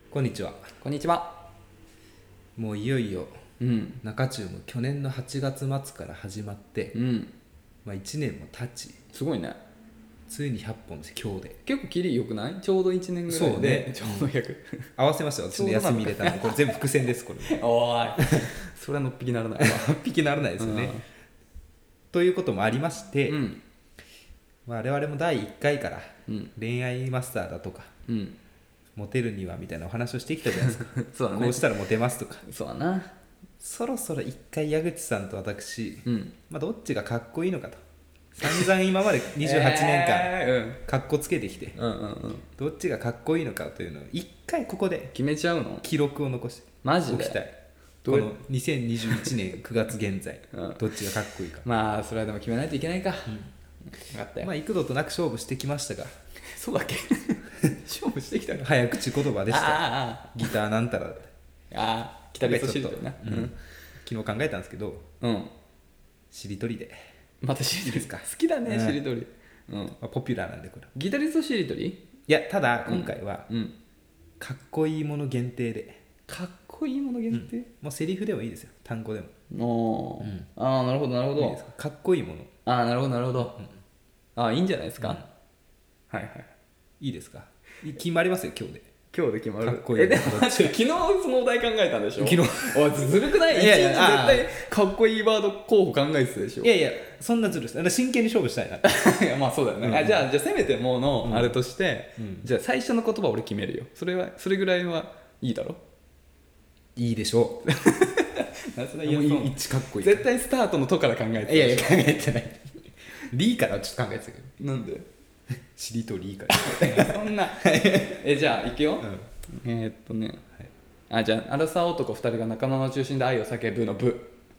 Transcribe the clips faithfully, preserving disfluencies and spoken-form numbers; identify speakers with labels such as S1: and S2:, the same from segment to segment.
S1: こんにちは。
S2: こんにちは。
S1: もういよいよ
S2: うん
S1: 中中も去年のはちがつ末から始まって、
S2: うん
S1: まあ、いちねんも経ち、
S2: すごいね。
S1: ついにひゃっぽんです。今日で
S2: 結構キリ良くない？ちょうどいちねんぐらいで、
S1: そうね、
S2: ちょうどひゃく
S1: 合わせましたよ。私の休み入れたのこれ全部伏線ですこれ
S2: おーいそれはのっぴきならないわ。
S1: 一匹ならないですよね、ということもありまして、
S2: うん
S1: 我々もだいいっかいから
S2: うん
S1: 恋愛マスターだとか
S2: うん
S1: モテるにはみたいなお話をしてきたじゃないですか
S2: そうだね。
S1: こうしたらモテますとか。
S2: そうだな。
S1: そろそろいっかい矢口さんと私、
S2: うん
S1: まあ、どっちがかっこいいのかと。散々今までにじゅうはちねんかん、
S2: え
S1: かっこつけてきて、
S2: ーうんうんうん
S1: どっちがかっこいいのかというのを一回ここで
S2: 決めちゃうの？
S1: 記録を残して
S2: マジで
S1: おきたい。
S2: どう
S1: このにせんにじゅういちねんくがつ現在、
S2: うん
S1: どっちがかっこいいか。
S2: まあそれはでも決めないといけないか。分かったよ。
S1: まあ幾度となく勝負してきましたが、
S2: そうだっけ勝負してきたか。
S1: 早口言葉でした。
S2: あ
S1: ギターなんたら
S2: ああああ、北リストシリトリな。
S1: うん昨日考えたんですけど、
S2: うんうん
S1: しりとりで、
S2: またしりとり
S1: ですか
S2: 好きだね、
S1: うん
S2: しりとり。うん
S1: まあ、ポピュラーなんでこれ。
S2: ギタリストしりとり。
S1: いやただ今回は
S2: うん
S1: かっこいいもの限定で、
S2: かっこいいもの限定、
S1: もうセリフでもいいですよ、単語でも
S2: おー
S1: うん
S2: ああなるほどなるほど。
S1: いいですか。かっこいいもの
S2: ああなるほどなるほど、ああいいんじゃないですか、
S1: うん
S2: はいはい。
S1: いいですか。い決まりますよ今日で。
S2: 今日で決まる。
S1: かっこいい
S2: えでも待って、昨日そのお題考えたんでしょ。
S1: 昨日
S2: おいずるくない？
S1: いやいや
S2: 一日絶対かっこいいワード候補考えてたでしょ。
S1: いやいやそんなずるいです。だから真剣に勝負したいな。
S2: いやまあそうだよね、
S1: うん
S2: あじゃあじゃあせめてもの
S1: うん
S2: あれとして、
S1: うん
S2: じゃあ最初の言葉俺決めるよ。それはそれぐらいはいいだろ。
S1: いいでしょう。
S2: なぜだ
S1: もう
S2: そう
S1: 一かっこいい。
S2: 絶対スタートのとから考えてた
S1: いやいや
S2: でし
S1: 考えてない。リーからはちょっと考えてたけど。
S2: ょ。なんで
S1: しりとりから。
S2: そんなえじゃあいくよ、
S1: うん
S2: えー、っとね、あじゃあアラサー男ふたりが仲間の中心で愛を叫ぶの部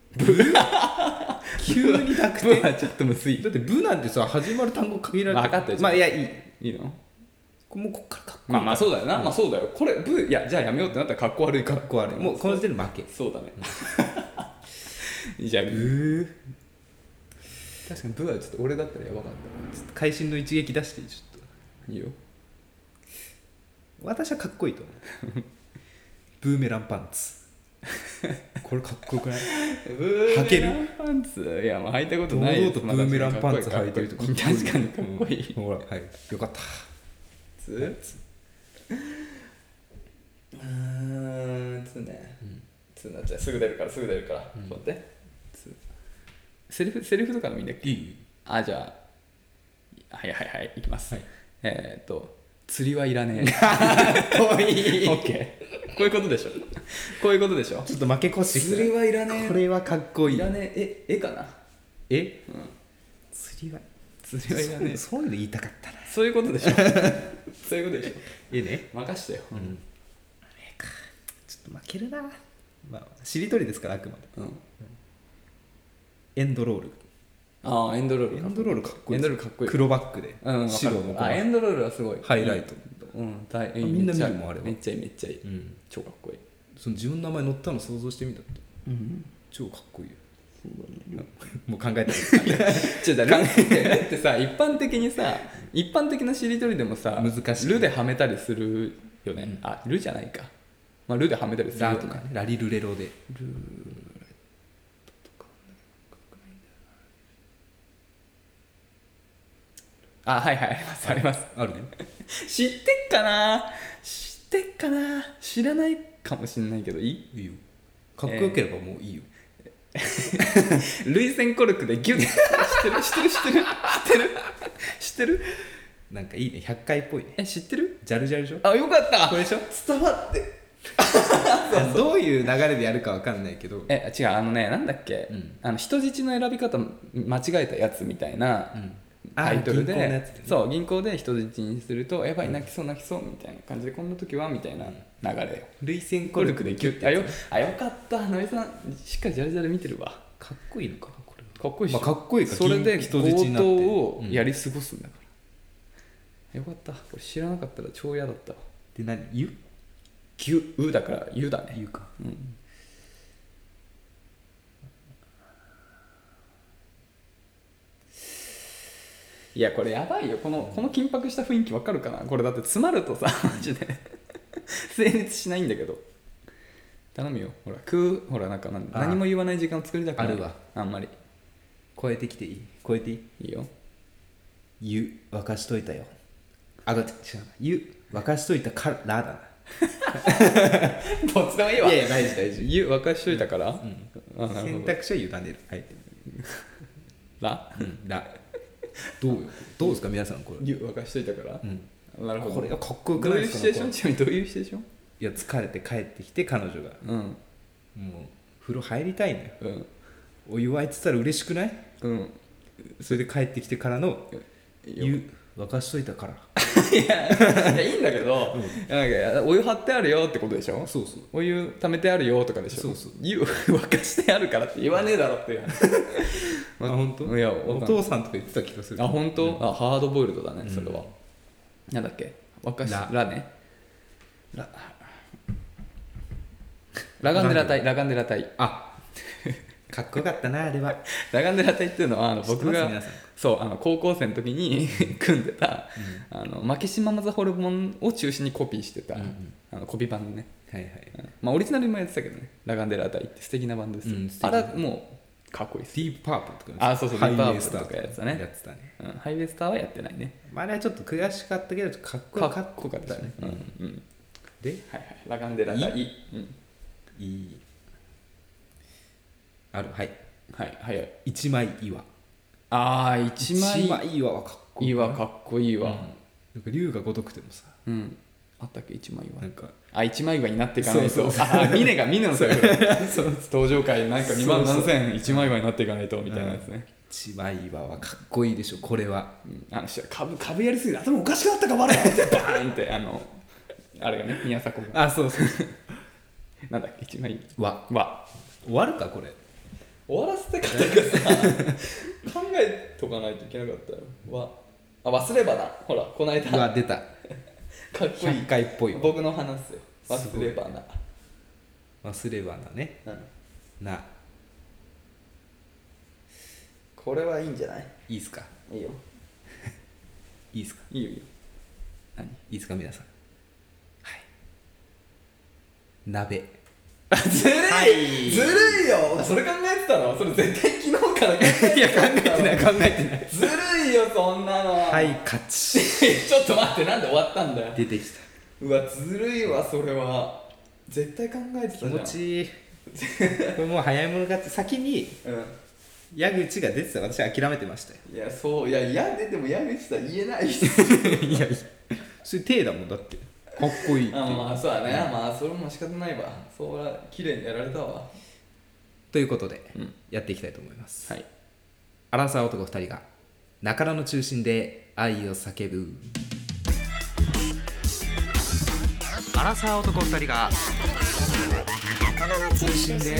S1: 急になくて。
S2: 部はちょっとむずい。
S1: だって部なんてさ始まる単語限られてる。
S2: 分かったよ
S1: まあいやいい。
S2: いいの？
S1: もうこっからかっこいい。
S2: まあまあそうだよな、
S1: ん
S2: まあそうだよ。これ部いやじゃあやめようってなったらかっこ悪いか
S1: からっこ悪い。もうこの時点で負け。
S2: そうだねじゃあ
S1: う
S2: 確かに部はちょっと俺だったらやばかっ
S1: 会心の一撃出していいちょっと。
S2: た。いいよ。
S1: 私はかっこいいと思う。ブーメランパンツ。これかっこよくない？
S2: 履
S1: ける
S2: パンツいやまあ履いたこと
S1: 堂
S2: ない
S1: 々とブーメランパンツ履いてるとかっこいい。
S2: 確かにかっこいい、
S1: うんほらはいよかった。
S2: つうーんつねつなっちゃう。すぐ出るからすぐ出るから、
S1: うん
S2: ちょっと待ってつセリフセリフとかのもいいんだっけ？
S1: いい。
S2: あじゃあはいはいはいいきます、
S1: はい
S2: えー、っと釣りはいらねえ
S1: かっこいい。
S2: オッケーこういうことでしょこういうことでしょ。
S1: ちょっと負け越してきた。
S2: 釣りはいらねえ
S1: これはかっこいい。
S2: いらねええ絵かな。
S1: え
S2: うん
S1: 釣りは
S2: 釣りはいらねえ
S1: そういうの言いたかったな。
S2: そういうことでしょそういうことでしょ。
S1: ええね。
S2: 任したよ、
S1: うん。あれか。ちょっと負けるな。まあしりとりですからあくまで。
S2: うん、
S1: エンドロール。
S2: ああエンドロール
S1: エンドロールかっこいい。
S2: エンドロールかっこいい。
S1: 黒バックで
S2: うん、
S1: 白の
S2: あエンドロールはすごい
S1: ハイライト。
S2: うん大
S1: みんな見るもんあれは
S2: めっちゃいいめっちゃいい、
S1: うん。
S2: 超かっこいい、
S1: その自分の名前載ったの想像してみたって
S2: うん、
S1: 超かっこいいよ。
S2: そうだね。
S1: もう考えたんですか。
S2: ちょだってだってさ一般的にさ一般的なしりとりでもさ
S1: 難しい
S2: ルではめたりするよね、
S1: うん
S2: あルじゃないか、まあ、ルではめたりするよね
S1: ラとかね、ラリルレロで。
S2: あはいはいありますあります
S1: あるね。
S2: 知ってっかな知ってっかな知らないかもしれないけどいい
S1: いいよ。かっこよければもういいよ。
S2: 涙腺コルクでギュッ知ってる知ってる知ってる知ってる知ってる
S1: なんかいいね。ひゃっかいっぽいね。
S2: え知ってる
S1: ジャルジャルでしょ。
S2: あよかった
S1: これでしょ。
S2: 伝わって
S1: どういう流れでやるかわかんないけど。
S2: え違うあのねなんだっけ、
S1: うん
S2: あの人質の選び方間違えたやつみたいな
S1: うん
S2: タイトルで、
S1: あ銀行のやつでね
S2: そう銀行で人質にするとやばい泣きそう泣きそうみたいな感じでこんな時はみたいな流れよ、
S1: 涙腺
S2: コルク
S1: コルクで
S2: でギュッてあ
S1: ギュッてやつ。
S2: よあよかったのりさんしっかりジャルジャル見てるわ
S1: かっこいいのかなこれ。
S2: かっこいいっしょ、
S1: まあかっこいいから
S2: それで
S1: 人質になって
S2: 強盗をやり過ごすんだから、よかったこれ知らなかったら超嫌だったわ。
S1: で何言う
S2: ギュウだからユだね
S1: 言うか。
S2: うんいやこれやばいよこのこの緊迫した雰囲気わかるかな。これだって詰まるとさマジで成立しないんだけど頼むよ。ほら食うほらなんかなん何も言わない時間を作りたくない。
S1: あるわ。
S2: あんまり。
S1: 超えてきていい？超えていい？
S2: いいよ。
S1: 湯沸かしといたよ。あ、違うな。湯沸かしといたからだな。
S2: どっちでもいいわ。
S1: いやいや大事大事。
S2: 湯沸かしといたから、うん、あなるほ
S1: 選
S2: ど。
S1: 択肢は委ねる。はい。
S2: ら、
S1: うん、ら。どうどうですか皆さんこれ。
S2: 湯沸かしといたから、
S1: うん。
S2: なるほど。
S1: これがかっこよく
S2: どう
S1: ないですか。
S2: いうシチュエーション？ちなみにどういうシチュエーション？
S1: いや疲れて帰ってきて彼女が、
S2: うん
S1: もう風呂入りたいのよ。
S2: うん
S1: お湯沸いてたら嬉しくない？
S2: うん
S1: それで帰ってきてからの
S2: いや
S1: 湯沸かしといたから。
S2: いやいやいいんだけど、なんかお湯張ってあるよってことでしょ。
S1: そうそう。
S2: お湯溜めてあるよとかでしょ。
S1: そうそう。
S2: 湯沸かしてあるからって言わねえだろっていう話。
S1: あ本当？
S2: いや
S1: お父さんとか言ってた気がする。
S2: あ本当？
S1: うん、
S2: あハードボイルドだねそれは。
S1: うん、
S2: なんだっけ？沸かし
S1: ラ
S2: ラね。ララガンデラ隊ラガンデラ隊。
S1: あかっこよかったなあれは。
S2: ラガンデラ隊っていうのはあの僕が
S1: 皆さん
S2: そうあの高校生の時に組んでた、うん、あのマキシマムザホルモンを中心にコピーしてた、うんうん、あのコピーバンドね、
S1: はいはい、
S2: うん、まあオリジナルもやってたけどね。ラガンデラ隊って素敵なバンドですよ、うん、あれもうかっこいいです。
S1: ディープパープルとか、
S2: あそうそうディープパープルとかやってたね。
S1: やってたね、
S2: うん、ハイウェイスターはやってないね。
S1: まあ、あれはちょっと悔しかったけどかっこよかった
S2: ですね、うんうん、
S1: で、
S2: はいはい、ラガンデラ隊いい、うん、
S1: いいあるはい
S2: はいはい、
S1: 一枚岩。
S2: ああ一枚
S1: 一枚岩はかっこいい。
S2: 岩かっこいいわ、うん、
S1: なんか龍が如くてもさ、
S2: うん、あったっけ一枚岩。
S1: なんか
S2: あ一枚岩になっていかないと。
S1: そうそうそう
S2: あ峰が峰の最後登場回なんかにまん何千一枚岩になっていかないとみたいなやつね、うん、
S1: 一枚岩はかっこいいでしょこれは、
S2: うん、あの株株やりすぎて頭おかしくなったかバレってバーンってあのあれがね宮迫が
S1: あそうそう
S2: なんだっけ一枚
S1: 岩
S2: わ
S1: 終わるかこれ。
S2: 終わらせて方がさ考えとかないといけなかったよ。わあ忘ればなほらこの間
S1: うわ出た
S2: かっこいい
S1: ひゃっかいっぽい
S2: 僕の話すよ忘ればな
S1: 忘ればなね、うん、な
S2: これはいいんじゃない？
S1: いいっすか？
S2: いいよ
S1: いいっすか？
S2: いいよいいよ。
S1: 何いいっすか皆さん。はい鍋。
S2: ずるい、はい、ずるいよ。それ考えてたの？それ絶対昨日から考えて
S1: いや考えてない考えてない。
S2: ずるいよそんなの。
S1: はい勝ち
S2: ちょっと待ってなんで終わったんだよ。
S1: 出てきた。
S2: うわずるいわそれは。絶対考えてたじゃん。
S1: 気持ちいいこれもう早い者勝ち。先に、うん矢口が出てたら私は諦めてましたよ。
S2: いやそういや矢出ても矢口さん言えないし
S1: いやいやそれ手だもんだってかっこいいって。
S2: あまあそうだね、うん、まあそれも仕方ないわ。そりゃ綺麗にやられたわ。
S1: ということで、うん、やっていきたいと思います。はいアラサー男ふたりが中野の中心で愛を叫ぶ。アラサー男ふたりが中野の中心で愛を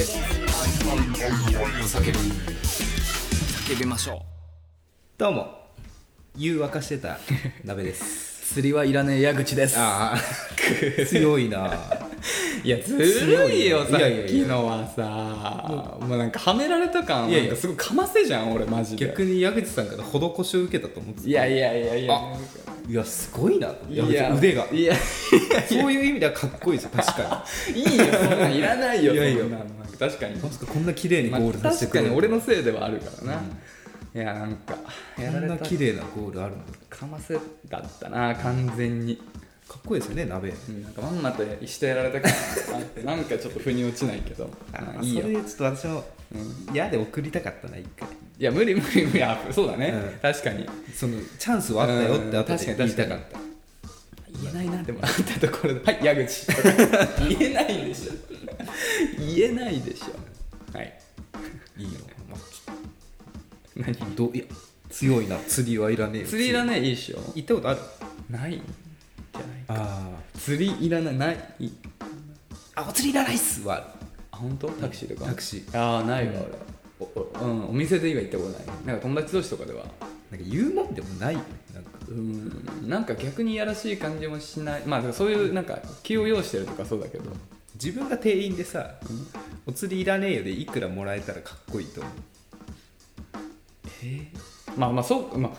S1: 叫ぶ。叫びましょう。どうも湯沸かしてた鍋です
S2: 釣りはいらねえ矢口です。
S1: ああ強いない
S2: やずるいよさっきのはさ。もうなんかはめられた感なんかすごいかませじゃん俺マジで。
S1: 逆に矢口さんから施しを受けたと思ってた。
S2: いやいやいやいや
S1: いやすごいな。いや
S2: いや
S1: 腕が
S2: いや
S1: そういう意味ではかっこいいです確か
S2: にいいよそんなんいらないよ。
S1: いやいや
S2: そんなの確かに
S1: こんな綺麗にゴールさせてくれる、
S2: まあ、確かに俺のせいではあるからな、うんいやなんか
S1: こんな綺麗なゴールあるんだ。
S2: かませだったな完全に。
S1: かっこいいですよね鍋、
S2: うん、なんかまんまとしてやられたからあってなんかちょっと腑に落ちないけど
S1: あいいよ。それちょっと私も嫌、うん、で送りたかったな一回。
S2: いや無理無理無理。あそうだね、うん、確かに
S1: そのチャンスはあったよって後で言いたかった。
S2: 言えないなでもあったところではい矢口言えないでしょ言えないでしょ。はい
S1: いいよ、まあ、
S2: 何
S1: どういや強いな。釣りはいらねえよ。
S2: 釣りいらねえいいっしょ。
S1: 行ったことある？
S2: ないじゃないか。
S1: あ
S2: 釣りいらないない
S1: あお釣りいらないっすはある。
S2: あ本当？タクシーとか
S1: タクシー
S2: ああないわ、うん、俺 お, お,、うん、お店で以外行ったことない。なんか友達同士とかでは
S1: なんか言うもんでもないよね。なんか
S2: うんなんか逆にいやらしい感じもしない。まあそういうなんか気を要してるとかそうだけど
S1: 自分が店員でさ、うん、お釣りいらねえよでいくらもらえたらかっこいいと思う。
S2: えー、まあまあそうまあ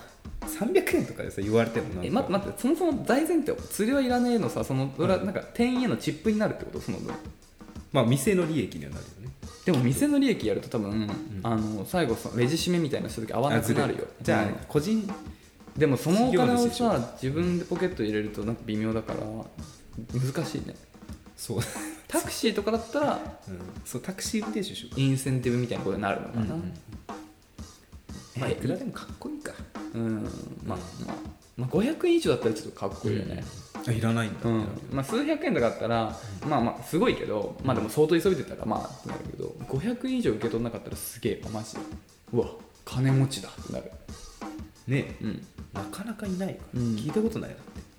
S1: さんびゃくえんとかでさ言われてもなんか
S2: え待って待ってそもそも大前提釣りはいらねえのさその裏、うん、なんか店員へのチップになるってことその分
S1: まあ店の利益にはなるよね
S2: でも店の利益やると多分、うん、あの最後レジ締めみたいなした時合わなくなるよ
S1: じゃあ、うん、個人
S2: でもそのお金をさ自分でポケット入れるとなんか微妙だから難しいね
S1: そう
S2: タクシーとかだったら、
S1: うん、そうタクシー運転手しよう
S2: インセンティブみたいなことになるのかな、うんうん、
S1: まあいくらでもかっこいいか
S2: うん、まあ、まあ、まあごひゃくえん以上だったらちょっとかっこいいよね、
S1: うん、あいらないんだ、
S2: うんまあ、数百円とかだったら、うん、まあまあすごいけど、まあでも相当急いでたらまあってなるけどごひゃくえん以上受け取んなかったらすげえマジでうわ金持ちだってなる
S1: ねえ、うん、なかなかいないから、うん、聞いたことないなって、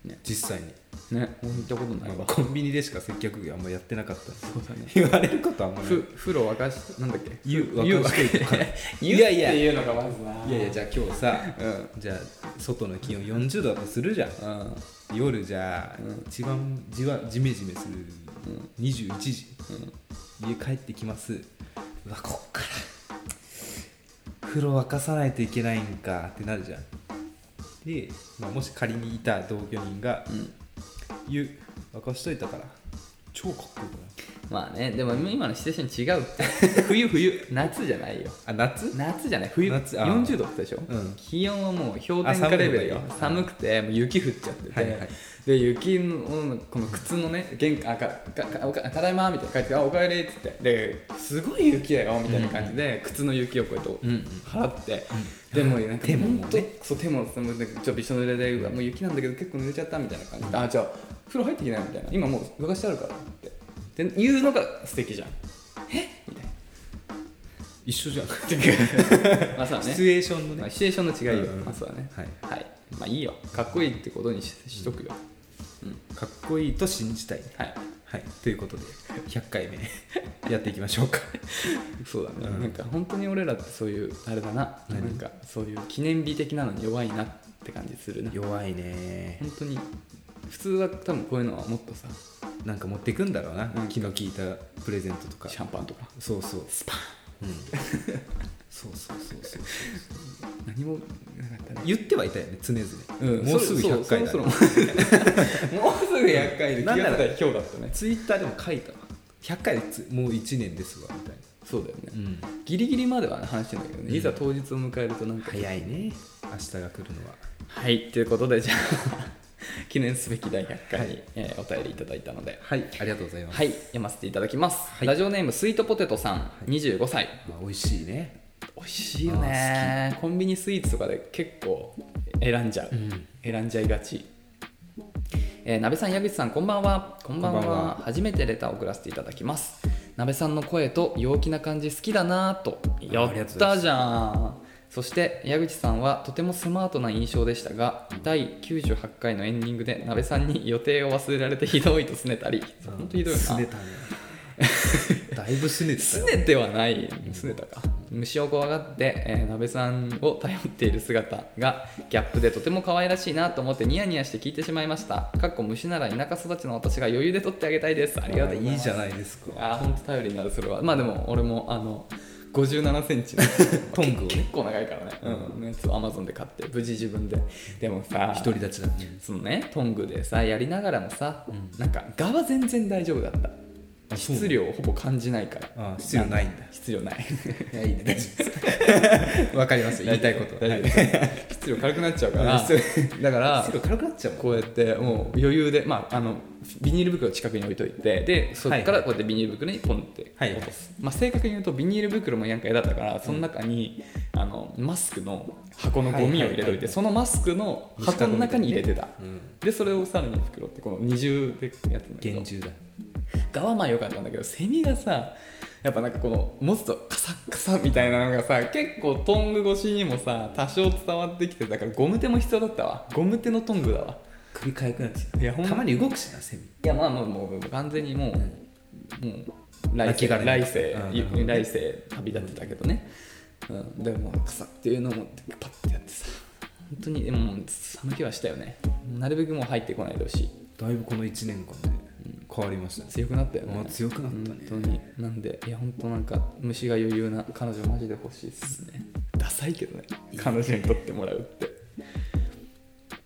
S1: ね、実際に
S2: ね、聞いたことないわ
S1: コンビニでしか接客業あんまやってなかった
S2: そうだね
S1: 言われることあんまない
S2: 風呂沸かしなんだっけ
S1: 湯沸かしといて
S2: 湯っていうのがまずない
S1: やいやじゃあ今日さ、うん、じゃあ外の気温よんじゅうどだとするじゃん、うん、夜じゃあ、うん、一番じわじめじめする、うん、にじゅういちじ、うん、家帰ってきますうわこっから風呂沸かさないといけないんかってなるじゃんで、まあ、もし仮にいた同居人が、うん湯沸かしといたから超かっこいい
S2: からまあねでも今のシチュエーション違うって冬冬夏じゃないよ
S1: あ夏
S2: 夏じゃない冬
S1: 夏
S2: よんじゅうどってでしょ、うん、気温はもう氷点下レベルよ寒くてもう雪降っちゃってて、はいはい、で雪のこの靴のね玄関あかかかただいまみたいな感じであおかえりっつってですごい雪だよみたいな感じで、うん、靴の雪をこうやって払って、うんうんでもなんか手もねそう手もちょっとびしょ濡れで、うん、もう雪なんだけど結構濡れちゃったみたいな感じで、うん、あじゃあ風呂入ってきないみたいな今もう沸かしてあるからってで言うのが素敵じゃんえみたいな
S1: 一緒じゃん
S2: まあそうだね
S1: シチュエーションのね、
S2: まあ、シチュエーションの違いよ、
S1: うんうん、
S2: まあそうだね
S1: はい、
S2: はい、まあいいよかっこいいってことに し, しとくよ、
S1: うん、かっこいいと信じたい
S2: はい
S1: はい、ということでひゃっかいめやっていきましょうか
S2: そうだね、うん、なんか本当に俺らってそういうあれだな、なんかそういう記念日的なのに弱いなって感じするな
S1: 弱いね
S2: 本当に普通は多分こういうのはもっとさ
S1: なんか持っていくんだろうな、気の利いたプレゼントとか
S2: シャンパンとか
S1: そうそう
S2: スパン、
S1: うん、そうそうそうそう
S2: 何もなかったね
S1: 言ってはいたよね常々、
S2: うん、
S1: もうすぐひゃっかいだ、ね、
S2: もうすぐひゃっかいで気がついたら今日だったね
S1: ツイッターでも書いたわひゃっかいでもういちねんですわみたいな
S2: そうだよね、うん、ギリギリまでは話してんだけどね、うん、いざ当日を迎えるとなんか
S1: 早いね明日が来るのは
S2: はいということでじゃあ記念すべきだいひゃっかいに、はいえー、お便りいただいたので
S1: はいありがとうございます
S2: はい読ませていただきます、はい、ラジオネームスイートポテトさん、はい、にじゅうごさい、
S1: まあ、美味しいね
S2: 美味しいよねコンビニスイーツとかで結構選んじゃう、うん、選んじゃいがち、えー、鍋さん矢口さんこんばんはこんばんは、こんばんは初めてレターを送らせていただきます鍋さんの声と陽気な感じ好きだなとやったじゃんそして矢口さんはとてもスマートな印象でしたがだいきゅうじゅうはちかいのエンディングで鍋さんに予定を忘れられてひどいとすねたり本当ひどいな
S1: すねたねだいぶすねてた
S2: すねてはないすねたか虫を怖がって、えー、鍋さんを頼っている姿がギャップでとても可愛らしいなと思ってニヤニヤして聞いてしまいましたかっこ虫なら田舎育ちの私が余裕で取ってあげたいですありがとうございます
S1: いいじゃないですか
S2: あ本当頼りになるそれはまあでも俺もあのごじゅうななセンチのトングをね結構長いからね、うん、のやつをアマゾンで買って無事自分ででもさ
S1: 独り立ちだね
S2: そのねトングでさやりながらもさ、うん、なんか側は全然大丈夫だった質量をほぼ感じないから
S1: ああ質量ないんだ
S2: 質量ない
S1: いやいいね大丈夫ですわかります言いたいこと
S2: 大丈夫質量軽くなっちゃうからだから
S1: 質量軽くなっちゃう
S2: こうやってもう余裕でまああのビニール袋を近くに置いといてでそこからこうやってビニール袋にポンって落とす、まあ、正確に言うとビニール袋もなんか嫌だったからその中に、うん、あのマスクの箱のゴミを入れといて、はいはいはい、そのマスクの箱の中に入れてた、うん、でそれをさらに袋ってこの二重でやってるんだけど
S1: 厳重だ
S2: 側はまあ良かったんだけどセミがさやっぱなんかこの持つとカサッカサみたいなのがさ結構トング越しにもさ多少伝わってきてだからゴム手も必要だったわゴム手のトングだわ
S1: 首かゆくなっちゃう
S2: いやほん
S1: たまに動くしなセミ
S2: いやまあもうもう完全にもう、うん、もう来世来世来世旅立ってたけどね、うん、でもカサッっていうのを持ってパッてやってさ本当にでも寒気はしたよねなるべくもう入ってこないでほしい
S1: だいぶこのいちねんかんで変わりましたね
S2: 強くなったよね
S1: 強くなったね
S2: 本当になんでいや本当なんか虫が余裕な彼女マジで欲しいっすねダサいけどね彼女にとってもらうって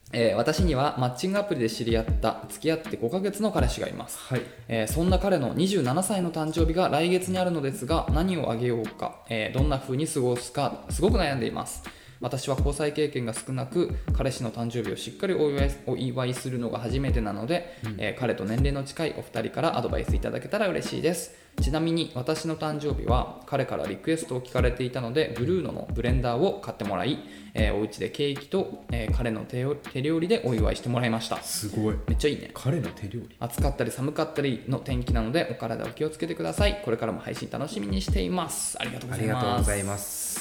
S2: えー私にはマッチングアプリで知り合った付き合ってごかげつの彼氏がいます、
S1: はい。
S2: えーそんな彼のにじゅうななさいの誕生日が来月にあるのですが、何をあげようか、えーどんな風に過ごすかすごく悩んでいます。私は交際経験が少なく、彼氏の誕生日をしっかりお祝いお祝いするのが初めてなので、えー彼と年齢の近いお二人からアドバイスいただけたら嬉しいです。ちなみに私の誕生日は彼からリクエストを聞かれていたので、ブルーノのブレンダーを買ってもらい、えーお家でケーキと、えー彼の手を手料理でお祝いしてもらいました。
S1: すごい。
S2: めっちゃいいね。
S1: 彼の手料理。
S2: 暑かったり寒かったりの天気なので、お体お気をつけてください。これからも配信楽しみにしています。ありがとうご
S1: あり
S2: ざいます。
S1: がとうございます。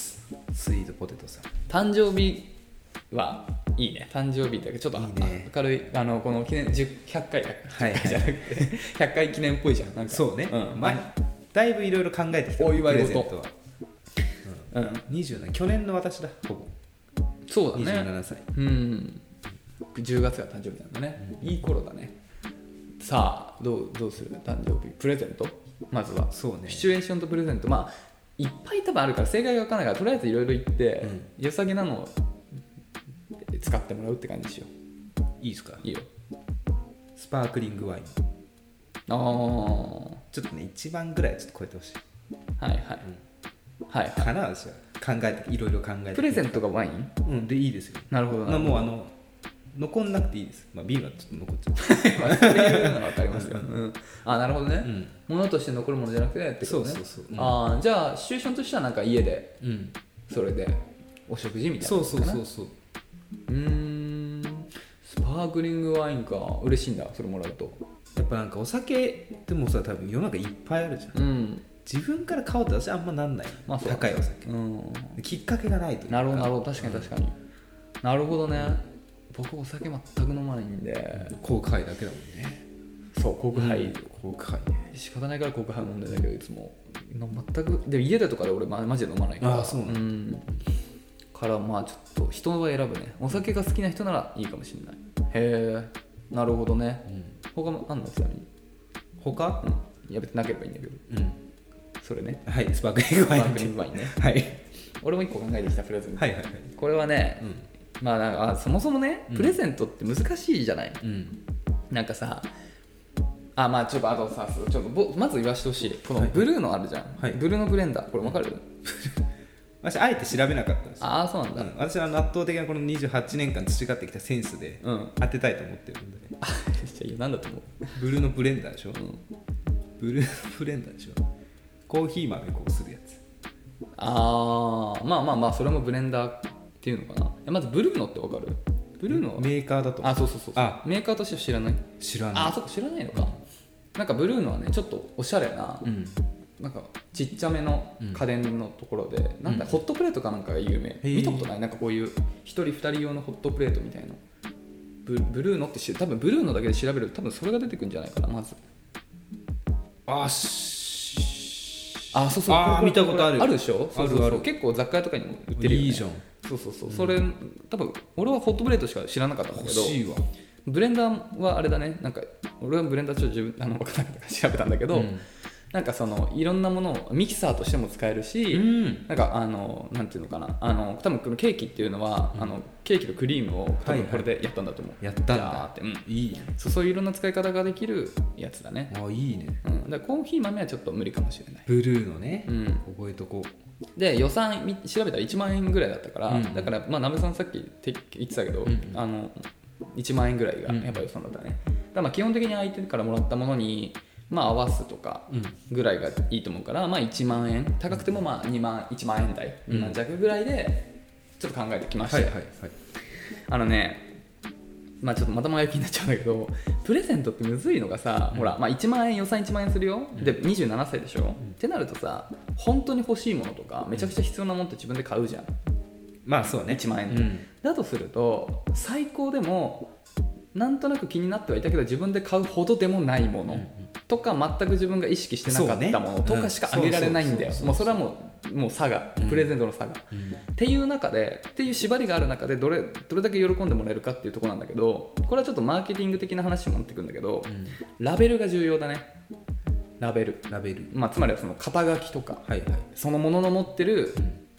S1: スイートポテトさん。
S2: 誕生日はいいね。誕生日だけちょっと
S1: いいね
S2: 明るい、あのこの記念じゅう ひゃっかいだ、
S1: はいはい
S2: じゃなくてひゃっかい記念っぽいじゃん。なんか
S1: そうね。
S2: ん
S1: まあだいぶいろいろ考えてきた。
S2: お祝い事
S1: プレゼントは。
S2: うん、
S1: にじゅうなな、去年の私だ。ほぼ。
S2: そうだね。
S1: にじゅうななさい。
S2: うんじゅうがつが誕生日なんだね、いい頃だね。さあどうどうする誕生日プレゼント。まずは
S1: そうね。
S2: シチュエーションとプレゼント、まあいっぱい多分あるから正解が分からないから、とりあえずいろいろ言って、
S1: うん
S2: 良さげなのを使ってもらうって感じにしよ
S1: いいですか。
S2: う。いいよ。
S1: スパークリングワイン。
S2: ああは
S1: ちょっとね、一番ぐらいちょっと超えてほしい。
S2: いはい、はいはい
S1: かな、私は。考えて、いろいろ考えて。
S2: プレゼントがワイン。
S1: うん、でいいですよ。
S2: なるほどな。
S1: まあ、もうあの、残んなくていいです。まあ、ビールはちょっと残っちゃう。
S2: まあそういうのは分かりますよ、うん、あなるほどね、
S1: うん
S2: 物として残るものじゃなくてってことね。
S1: そうそうそううん
S2: あじゃあシチュエーションとしてはなんか家で
S1: うん。
S2: それでお食事みたいな
S1: そう
S2: ことかな。
S1: そうそうそう。
S2: うーんスパークリングワインか。嬉しいんだそれもらうと。
S1: やっぱなんかお酒でもさ、多分世の中いっぱいあるじゃん。
S2: うん
S1: 自分から買おうって私あんまなんない。
S2: まあそう
S1: 高いお酒。
S2: うん
S1: きっかけがないというか。
S2: なるほどなるほど。確かに確かに、なるほどね。僕お酒全く飲まないんで、
S1: コークハイだけだもんね。
S2: そうコークハイ、
S1: コークハイね。
S2: 仕方ないからコークハイ飲んでんだけど、いつも全くで家でとかで俺ママジで飲まないから。
S1: あそうなんだ
S2: んからまあちょっと人は選ぶね。お酒が好きな人ならいいかもしれない。へえなるほどね。他もあんのちなみに。
S1: 他
S2: うんいや別になければいいんだけど、
S1: うん。
S2: それね。
S1: はい、スパークリング
S2: スパ
S1: ワイン。
S2: ークリングワインね。
S1: はい。
S2: 俺も一個考えてきたプレゼント。
S1: はいはいはい。
S2: これはね、
S1: うん。
S2: まあなんかあそもそもね、プレゼントって難しいじゃない。
S1: うん。
S2: なんかさあまあちょっとあとさちょっとぼまず言わしてほしい。この
S1: はい
S2: ブルーのあるじゃん、
S1: はい
S2: ブルーのブレンダーこれ分かる。
S1: 私、あえて調べなかったんですよ。
S2: ああそうなんだ、
S1: うん、私は圧倒的なこのにじゅうはちねんかん培ってきたセンスで
S2: うん
S1: 当てたいと思ってるんで、
S2: あじゃあ何だと思う。
S1: ブルーのブレンダーでしょ、
S2: ん
S1: ブルーのブレンダーでしょ、コーヒー豆こうするやつ。
S2: ああまあまあまあそれもブレンダーっていうのかな。えまずブルーのって分かる。ブルーのは
S1: メーカーだと
S2: あそうそうそうそう
S1: あ
S2: メーカーとしては知らない。
S1: 知らない。
S2: あそこ知らないのか。なんかブルーのはねちょっとおしゃれな、
S1: うん、
S2: なんかちっちゃめの家電のところで、なんだホットプレートかなんかが有名。
S1: ー
S2: 見たことない。なんかこういうひとりふたり用のホットプレートみたいなブブルーノってし多分ブルーノだけで調べると多分それが出てくるんじゃないかなまず。
S1: あし
S2: あそうそう
S1: あー
S2: これこれ
S1: 見たことある
S2: あるでしょ。そうそうそう
S1: あるある
S2: 結構雑貨屋とかにも売ってるよ、ね、
S1: いいじゃん。
S2: そうそうそう、それ多分俺はホットプレートしか知らなかったんだけど、
S1: 欲しいわ。
S2: ブレンダーはあれだね。なんか俺はブレンダーちょっと自分あの分からなかったから調べたんだけど、
S1: うん
S2: なんかそのいろんなものをミキサーとしても使えるし、
S1: うん
S2: なんかあのなんていうのかな、あの多分このケーキっていうのは、あのケーキとクリームを多分これでやったんだと思う。
S1: やったん
S2: じゃあ
S1: だ
S2: って、うん、
S1: いいね。
S2: そうそういういろんな使い方ができるやつだね。
S1: あいいね。
S2: うん、だからコーヒー豆はちょっと無理かもしれない。
S1: ブルーのね、
S2: うん、
S1: 覚えとこう。
S2: で予算み調べたらいちまんえんぐらいだったから、
S1: うん
S2: だからまあなべさんさっきて言ってたけど、
S1: うん
S2: あのいちまんえんぐらいがやっぱ予算だったね。だからまあ基本的に相手からもらったものにまあ合わすとか
S1: うん
S2: ぐらいがいいと思うから、まあいちまんえん高くてもまあにまんいちまんえん台、
S1: うん
S2: にまん弱ぐらいでちょっと考えてきましたよ。
S1: はいはいはい。
S2: あのねまあちょっとまた前置きになっちゃうんだけど、プレゼントってむずいのがさ、ほら、まあ、いちまんえん予算いちまんえんするよ、でにじゅうななさいでしょ、ってなるとさ本当に欲しいものとかめちゃくちゃ必要なものって自分で買うじゃん、
S1: まあそうね。
S2: いちまんえんで、
S1: うん
S2: だとすると最高でもなんとなく気になってはいたけど自分で買うほどでもないものとか、全く自分が意識してなかったものとかしかあげられないんだよ。もうそれはもうもう差がプレゼントの差が、
S1: うん
S2: っていう中でっていう縛りがある中でどれどれだけ喜んでもらえるかっていうところなんだけど、これはちょっとマーケティング的な話にもなってくるんだけど、
S1: うん
S2: ラベルが重要だね。ラベル、
S1: ラベル。
S2: まあ、つまりはその肩書きとか
S1: はいはい。
S2: そのものの持ってる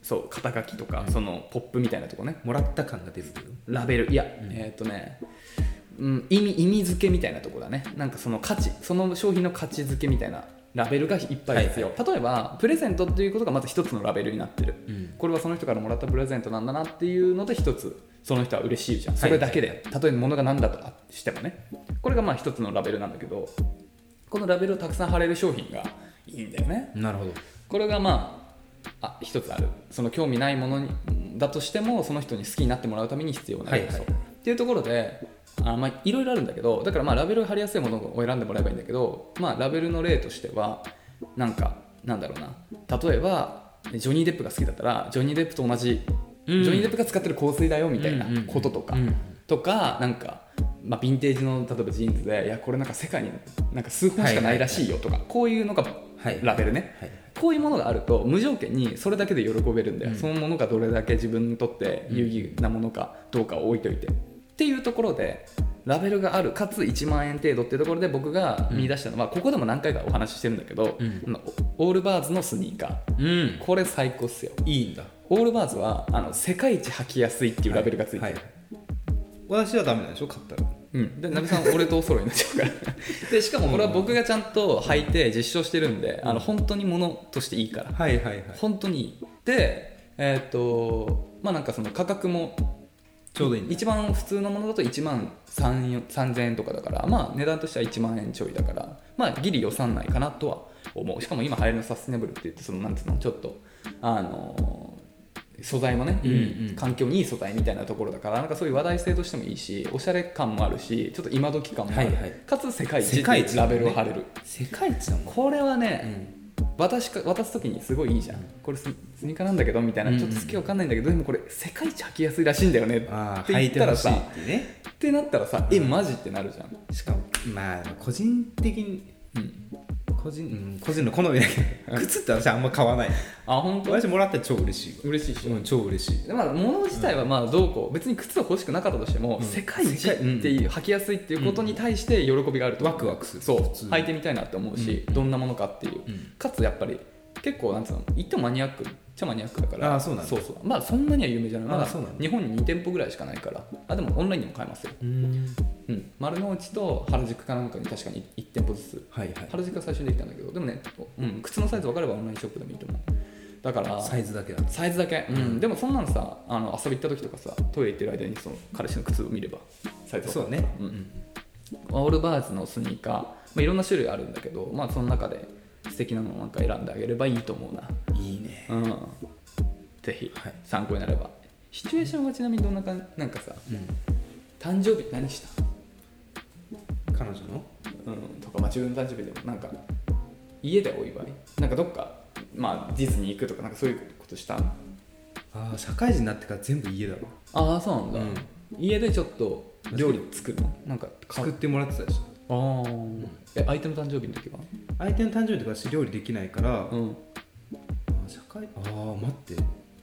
S2: そう肩書きとか、うん、そのポップみたいなとこね、
S1: もらった感が出るけど
S2: ラベルいや、うん、えっ、ー、とね、うん、意味意味付けみたいなとこだね。なんかその価値、その商品の価値付けみたいなラベルがいっぱいですよ、はいはい、例えばプレゼントっていうことがまず一つのラベルになってる、うん、これはその人からもらったプレゼントなんだなっていうので一つその人は嬉しいじゃん、それだけで、はいはいはい、例えば物が何だとしてもね、これがまあ一つのラベルなんだけど、このラベルをたくさん貼れる商品がいいんだよね。
S1: なるほど。こ
S2: れがまああ一つある、その興味ないものにだとしてもその人に好きになってもらうために必要な要素、はいはい、っていうところであまあいろいろあるんだけど、だからまあラベルを貼りやすいものを選んでもらえばいいんだけど、まあラベルの例としてはなんかなんだろうな、例えばジョニー・デップが好きだったらジョニー・デップと同じ、うん、ジョニー・デップが使ってる香水だよみたいなこととか、うんうんうん、とかなんか、まあ、ヴィンテージの例えばジーンズでいやこれなんか世界になんか数本しかないらしいよとか、はいはいはい、こういうのがラベルね、はいはい、こういうものがあると無条件にそれだけで喜べるんだよ、うん、そのものがどれだけ自分にとって有意義なものかどうかを置いといて、うん、っていうところでラベルがあるかついちまんえん程度っていうところで僕が見出したのは、うん、ここでも何回かお話ししてるんだけど、うん、オールバーズのスニーカー、うん、これ最高っすよ。
S1: いいんだ。
S2: オールバーズはあの世界一履きやすいっていうラベルがついてる、はいはい、
S1: 私はダメなんでしょ買ったら。
S2: うん、でナビさん俺とお揃いになっちゃうからでしかもこれは僕がちゃんと履いて実証してるんで、うん、あの本当に物としていいから、
S1: はいはいはい、
S2: 本当にいいで、えー、っとまあなんかその価格もちょうどいい、ね、一番普通のものだといちまんさんぜんえんとかだから、まあ値段としてはいちまんえんちょいだから、まあギリ予算内かなとは思う。しかも今流行りのサステナブルって言ってそのなんつうのちょっとあの素材もね、うんうん、環境にいい素材みたいなところだからなんかそういう話題性としてもいいし、おしゃれ感もあるし、ちょっと今時感もある、はいはい、かつ世界一っていうラベルを貼れる。
S1: 世界一だもん。
S2: これはね、うん、渡しか渡す時にすごいいいじゃん。これスニーカーなんだけどみたいな、ちょっと好きわかんないんだけど、でもこれ世界一履きやすいらしいんだよねって言ったらさ、
S1: ってね、
S2: ってなったらさ、えマジってなるじゃん。
S1: しかもまあ個人的に、うん個人、うん、個人の好みだけど靴って私あんま買わない。
S2: あ、本当？
S1: 私もらって超嬉しい。
S2: 嬉しいし、
S1: うん、超嬉しい。
S2: で、まあ、物自体はまあどうこう、別に靴は欲しくなかったとしても、うん、世界一っていう、履きやすいっていうことに対して喜びがあると、
S1: ワクワクする。
S2: そう、履いてみたいなって思うし、うん、どんなものかっていう、うん、かつやっぱり結構なんつうの、言ってもマニアック、ちゃマニアックだから。
S1: あ、そうなんだ。
S2: そうそう。まあそんなには有名じゃない。まだ日本にに店舗ぐらいしかないから。あ、でもオンラインにも買えますよ。うん。うん。丸の内と原宿かなんかに確かにいち店舗ずつ。はいはい。原宿が最初にできたんだけど、でもね、うん、靴のサイズ分かればオンラインショップでもいいと思う。だから
S1: サイズだけだ。
S2: サイズだけ。うん。うん、でもそんなのさ、あの遊び行った時とかさ、トイレ行ってる間にその彼氏の靴を見ればサイズ分かる。
S1: そうね。
S2: うんうん。オールバーズのスニーカー、まあいろんな種類あるんだけど、まあその中で素敵なのをなんか選んであげればいいと思うな。
S1: いいね。
S2: うん。ぜひ参考になれば、はい、シチュエーションはちなみにどんなかなんかさ、うん、誕生日何した
S1: 彼女の、
S2: うん、とか、まあ、自分の誕生日でもなんか家でお祝いなんかどっか、まあ、ディズニー行くとかなんかそういうことした。
S1: ああ、社会人になってから全部家だろ。
S2: ああ、そうなんだ、うん、家でちょっと料理作るのなんか
S1: 作ってもらってたでしょ。
S2: ああ、うん、え相手の誕生日の時は
S1: 相手の誕生日とか私料理できないから、うん、社会ああ待って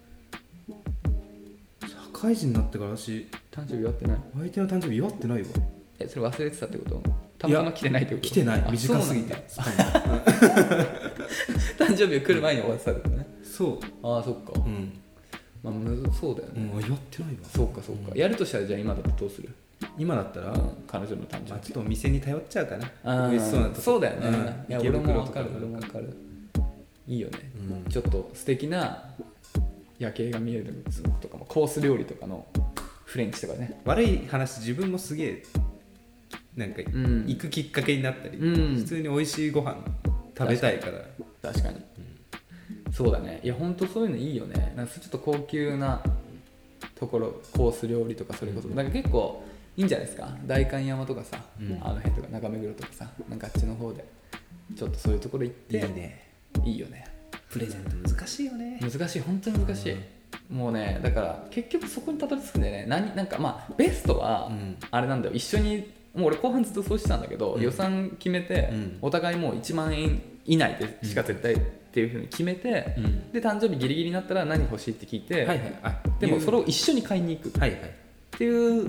S1: 社会人になってから私
S2: 誕生日祝ってない。
S1: 相手の誕生日祝ってないわ。
S2: え、それ忘れてたってこと？たまたま来てないってこと？
S1: 来てない、短すぎて
S2: 誕生日来る前に終わってたってことね。
S1: そう。
S2: ああ、そっか。うん。まあむずそうだよね。
S1: うん、祝ってないわ。
S2: そうかそうか、うん、やるとしたらじゃあ今だとどうする？
S1: 今だったら、うん、
S2: 彼女の誕生日、
S1: まあ、ちょっとお店に頼っちゃうかな。
S2: あ嬉しそうなとこ。そうだよね、うん、いや俺も分かる俺も分かる。いいよね、うん、ちょっと素敵な夜景が見えるとかもコース料理とかのフレンチとかね。
S1: 悪い話、自分もすげえなんか行くきっかけになったり、うん、普通に美味しいご飯食べたいから。
S2: 確かに、うん、そうだね。いや本当そういうのいいよね。なんかちょっと高級なところコース料理とかそれこそ、うん、なんか結構いいんじゃないですか。代官山とかさ、うん、あの辺とか中目黒とかさ、なんかあっちの方でちょっとそういうところ行って
S1: いいね。
S2: いいよね。
S1: プレゼント難しいよね。
S2: 難しい、本当に難しい、うん、もうね、だから結局そこにたどり着くんだよね。何なんかまあベストはあれなんだよ、うん、一緒にもう俺後半ずっとそうしてたんだけど、うん、予算決めて、うん、お互いもういちまんえん以内でしか絶対っていう風に決めて、うん、で誕生日ギリギリになったら何欲しいって聞いて、はいはい、でもそれを一緒に買いに行く、はいはい、っていう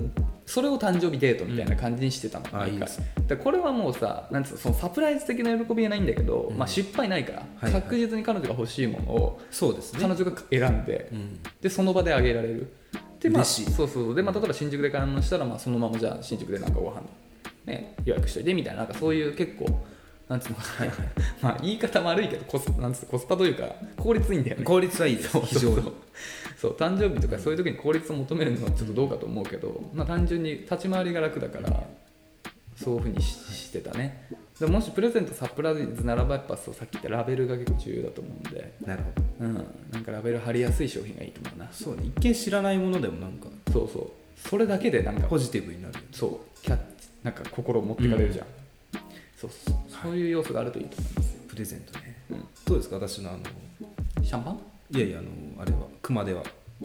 S2: それを誕生日デートみたいな感じにしてたの、
S1: うん、あいいですね。
S2: でこれはもうさ、なんつうの、そのサプライズ的な喜びはないんだけど、うんまあ、失敗ないから、はいはい、確実に彼女が欲しいものを
S1: そうです、ね、
S2: 彼女が選んで、うん、でその場であげられるで、まあ、そうそうで、まあ、例えば新宿で買い物したら、まあ、そのままじゃあ新宿でなんかご飯、ね、予約しといてみたいな、なんかそういう結構なんつうのかなまあ言い方悪いけどコス、なんつうコスパというか効率いいんだよね。
S1: 効率はいいです。
S2: そうそうそうそう誕生日とかそういう時に効率を求めるのはちょっとどうかと思うけど、まあ、単純に立ち回りが楽だからそういう風に し, してたね。でもしプレゼントサプライズならばやっぱそうさっき言ったラベルが結構重要だと思うんで。
S1: なるほど、
S2: うん、なんかラベル貼りやすい商品がいいと思うな。
S1: そうね、一見知らないものでもなんか
S2: そうそうそれだけでなんか
S1: ポジティブになる。
S2: そうキャッチなんか心を持ってかれるじゃん、うん、そうそうそういう要素があるといいと思いますよ。
S1: プレゼントね、うん、どうですか私のあの
S2: シャンパン。
S1: いやいやあのあれは熊手は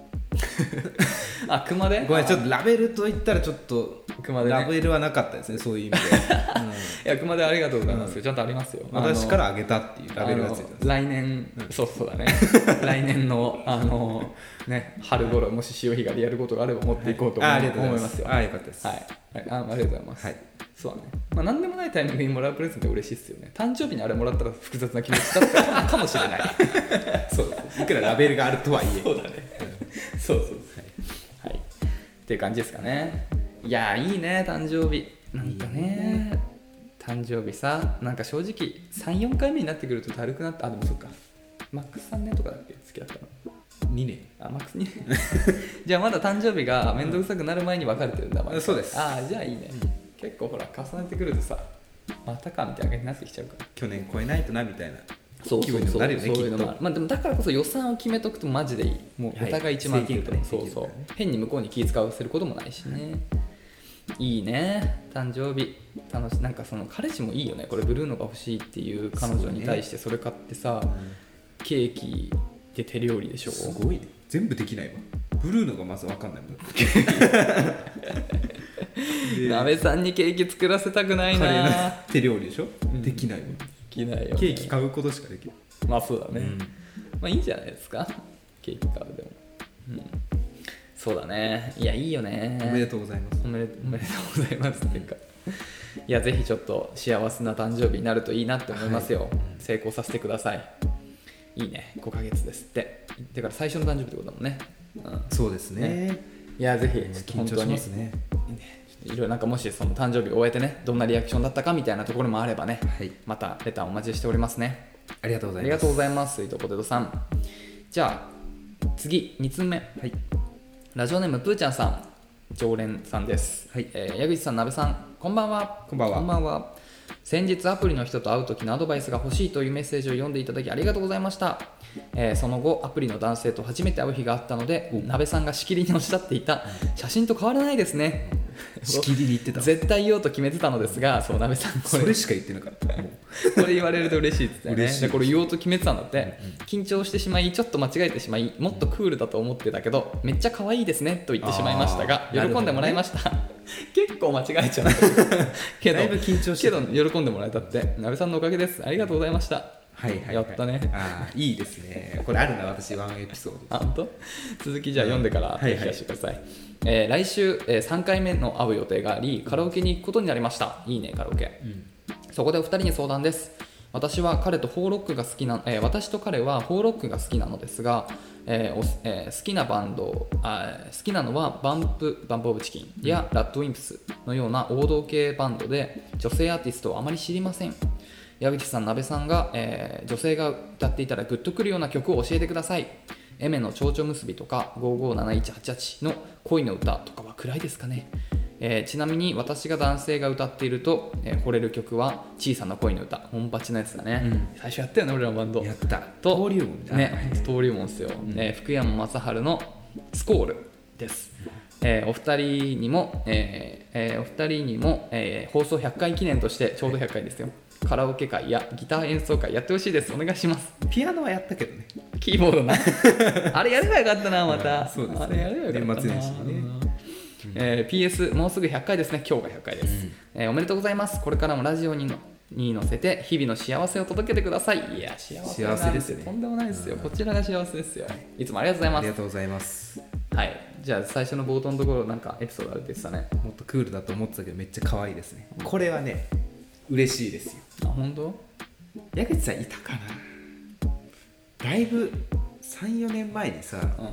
S2: あ熊手
S1: ごめんちょっとラベルといったらちょっと
S2: 熊手、ね、
S1: ラベルはなかったですねそういう意味で、うん、い
S2: や熊手ありがとうございます、うん、ちゃんとありますよ。
S1: 私からあげたっていうラベルがついてます。
S2: 来年、うん、そうそうだね来年のあのね春頃もし潮干狩りやることがあれば持っていこうと思いますよ。
S1: ああよかったです。
S2: はい、あありがとうございます。はい、そうだね。まあ何でもないタイミングにもらうプレゼント嬉しいですよね。誕生日にあれもらったら複雑な気持ちだったかもしれない
S1: そうです。いくらラベルがあるとはいえ
S2: そうだねそうそうそう、はい、はい、っていう感じですかね。いやいいね誕生日なんかね、いいね誕生日さ、なんか正直 さん,よん 回目になってくるとだるくなって、あでもそっかマックスさんねんとかだっけ好きだったの。
S1: にねん。
S2: あマックスにねんじゃあまだ誕生日が面倒くさくなる前に別れてるんだ、まだ。
S1: そうです。
S2: ああじゃあいいね、うん、結構ほら重ねてくるとさまたかみたいな感じになってきちゃうから、
S1: 去年超えないとなみたいな
S2: そうそうそう、
S1: 気分にもなるよね。
S2: そういうのもある。まあでもだからこそ予算を決めとくとマジでいい。もうお互いいちまんっていうと、はい、そうそう、変に向こうに気使わせることもないしね。いいね誕生日楽しい。なんかその彼氏もいいよね。これブルーノが欲しいっていう彼女に対してそれ買ってさ、ね、ケーキで手料理でしょ。
S1: すごいね。全部できないわ。ブルーノがまず分かんないもん
S2: なべさんにケーキ作らせたくないな。
S1: 手料理でしょ、うん、できないもん。で
S2: きないよ、ね、
S1: ケーキ買うことしかできない。
S2: まあそうだね、うん、まあいいんじゃないですかケーキ買うでも、うん、そうだね。いやいいよね。
S1: おめでとうございます。
S2: おめで、おめでとうございますっていうかいやぜひちょっと幸せな誕生日になるといいなって思いますよ、はい、成功させてください。いいねごかげつですって。だから最初の誕生日ってことだもんね、
S1: うん、そうですね。ね
S2: いやぜひ
S1: 緊張しますね。
S2: いろいろなんかもしその誕生日を終えてねどんなリアクションだったかみたいなところもあればね、はい、またレターお待ちしておりますね。
S1: ありがとうございます。
S2: ありがとうございますスイートポテトさん。じゃあ次につうめ、はい、ラジオネームプーちゃんさん常連さんです、はいえー、矢口さん、なべさん、こんばんは。
S1: こんばんは。
S2: こんばんは。先日アプリの人と会う時のアドバイスが欲しいというメッセージを読んでいただきありがとうございました、えー、その後アプリの男性と初めて会う日があったので、なべさんがしきりにおっしゃっていた写真と変わらないですね
S1: しきりに言ってた。
S2: 絶対言おうと決めてたのですが、そうなべさんこれ
S1: それしか言ってなかったもう
S2: これ言われると嬉しいですね。
S1: 嬉しい。
S2: でこれ言おうと決めてたんだって、うん、緊張してしまいちょっと間違えてしまいもっとクールだと思ってたけどめっちゃ可愛いですねと言ってしまいましたが喜んでもらいました、ね、結構間違えちゃうけど
S1: だいぶ緊張して
S2: けど喜んでもらえたってなべさんのおかげです。ありがとうございました。
S1: はいはいはい、
S2: やったね。
S1: あいいですね。これあるな私ワンエピソード。
S2: あ本当？続きじゃあ読んでから聞かせてください。はいはいえー、来週、えー、さんかいめの会う予定がありカラオケに行くことになりました。いいねカラオケ、うん、そこでお二人に相談です。私は彼とフォーロックが好きな、えー、私と彼はフォーロックが好きなのですが、えーおえー、好きなバンドあ好きなのはバンプバンプオブチキンや、うん、ラッドウィンプスのような王道系バンドで女性アーティストをあまり知りません。矢口さん、なべさんが、えー、女性が歌っていたらグッとくるような曲を教えてください。エメの蝶々結びとかごーごーなないちはちはちの恋の歌とかは暗いですかね、えー、ちなみに私が男性が歌っていると、えー、惚れる曲は小さな恋の歌、本鉢のやつだね、うん、最初やったよね俺らのバンド。
S1: やった
S2: と
S1: 登竜門だ
S2: ね登竜門ですよ、うんえー、福山雅治のスコールです、えー、お二人にも、えーえー、お二人にも、えー、放送ひゃっかい記念としてちょうどひゃっかいですよ、カラオケ会やギター演奏会やってほしいです。お願いします。
S1: ピアノはやったけどね。
S2: キーボードなあれやればよかったなまた。
S1: そうですね。
S2: あれやればよかったな。
S1: 年末年始にね、うん
S2: えー、ピーエス もうすぐひゃっかいですね。今日がひゃっかいです、うんえー、おめでとうございます。これからもラジオにのに乗せて日々の幸せを届けてください。いや幸せ
S1: 幸せですね。
S2: とんでもないですよ、うん、こちらが幸せですよ。いつもありがとうございます。
S1: ありがとうございます。
S2: はいじゃあ最初の冒頭のところなんかエピソードあるって言ってたね。
S1: もっとクールだと思ってたけどめっちゃ可愛いですね。これはね嬉しいですよ。
S2: あ、本当？
S1: 矢口さんいたかな。だいぶ さん,よ 年前にさ、うん、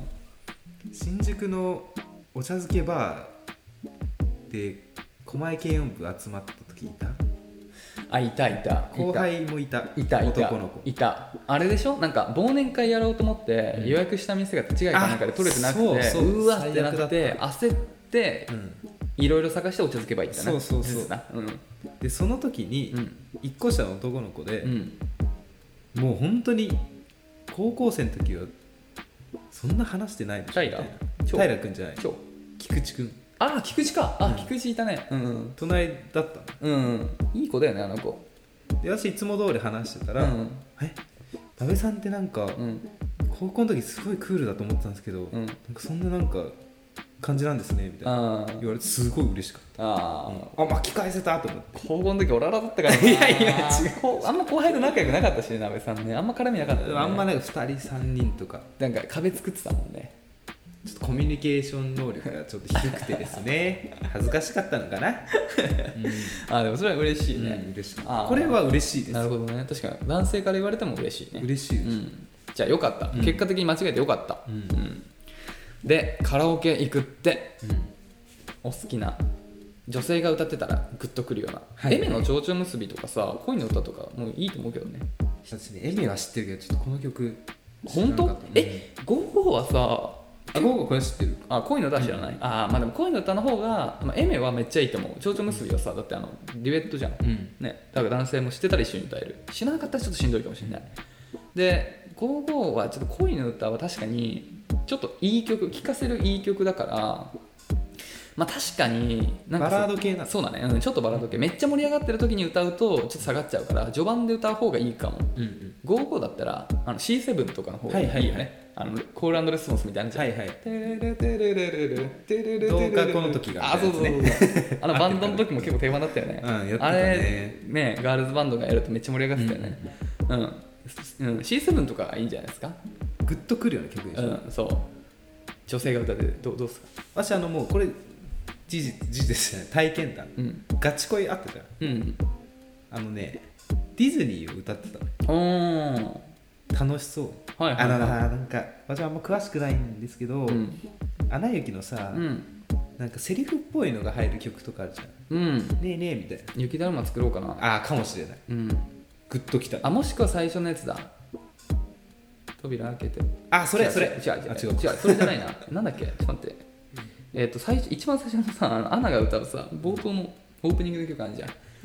S1: 新宿のお茶漬けバーで狛江軽音部集まった時いた？
S2: あ、いたいた。
S1: 後輩もいた。
S2: いたいた
S1: 男の子
S2: いた。あれでしょ、なんか忘年会やろうと思って予約した店が手違いかなんかで取れてなくて、うん、そうそう、うわってなって焦っていろいろ探してお茶漬けバー行ったな。
S1: そうそうそう、うん、でその時にいっこ下の男の子で、うん、もう本当に高校生の時はそんな話してないでしょ。
S2: 平
S1: 平君じゃない、菊池君。
S2: ああ、菊池か。あ、うん、菊池いたね。うんうん、
S1: 隣だった
S2: の。うん、うん、いい子だよねあの子。
S1: で私いつも通り話してたら、うん、え、なべさんってなんか、うん、高校の時すごいクールだと思ってたんですけど、うん、なんかそんななんか感じなんですねみたいな言われてすごい嬉しかった。あ、うん、あ、巻き返せたと思って。
S2: 高校の時オララだったからね。いやいや違う、あんま後輩と仲良くなかったしね、なべさんね。あんま絡みなかった、ね、
S1: あんまなんかふたりさんにんとか
S2: なんか壁作ってたもんね。
S1: ちょっとコミュニケーション能力がちょっと低くてですね恥ずかしかったのかな、うん、
S2: あ、でもそれは嬉しいね、
S1: うん、嬉しい。これは嬉しいです。
S2: なるほどね。確かに男性から言われても嬉しいね。
S1: 嬉しいです、うん、
S2: じゃあよかった、うん、結果的に間違えてよかった、うんうん、でカラオケ行くって、うん、お好きな女性が歌ってたらグッとくるような、はい、エメの蝶々結びとかさ、恋の歌とかもういいと思うけどね。
S1: 私ねエメは知ってるけどちょっとこの曲
S2: 本当、うん、え、ゴーゴーはさ、
S1: あ、ゴーゴーこれ知ってる。
S2: あ、恋の歌知らない、うん、あ、まあでも恋の歌の方が、まあ、エメはめっちゃいいと思う。蝶々結びはさ、だってあのデュエットじゃん、うん、ね、だから男性も知ってたら一緒に歌える。知らなかったらちょっとしんどいかもしれない。でゴーゴーはちょっと恋の歌は確かにちょっといい曲、聴かせるいい曲だから、まあ確かになんか
S1: バラード系なの。
S2: そうだね、うん、ちょっとバラード系、めっちゃ盛り上がってる時に歌うとちょっと下がっちゃうから序盤で歌う方がいいかも、うんうん、ゴーゴーだったらあの シーセブン とかの方がいいよね、はいはいはい、あのコール&レスポンスみたいなじゃん、はいはい、テレレテレレレレテレレテレレレ、
S1: どうかこの時が、
S2: あ、そうそうそうそうあのバンドの時も結構定番だったよね、
S1: うん、やってたね。
S2: あれね、ガールズバンドがやるとめっちゃ盛り上がってたよね、うん、うんうん、シーセブン とかいいんじゃないですか。
S1: グッとくるような曲でしょ、
S2: うん、そう、女性が歌ってどうどうですか。
S1: 私あのもうこれ事実事実じゃない体験談、うん、ガチ恋あったじゃん、うん、あのねディズニーを歌ってたの。楽しそう、はいはいはい、あのなんか私はあんま詳しくないんですけど、うん、アナ雪のさ、うん、なんかセリフっぽいのが入る曲とかあるじゃん、うん、ねえねえみたいな。
S2: 雪だるま作ろうかな。
S1: あ、かもしれない、うん、グッときた。
S2: あ、もしくは最初のやつだ、扉開けて。
S1: あ、それそれ
S2: 違う違う違う違う、それじゃないななんだっけ、ちょっと待って、えー、と最初一番最初のさ、アナが歌うさ冒頭のオープニングの曲あるじゃん。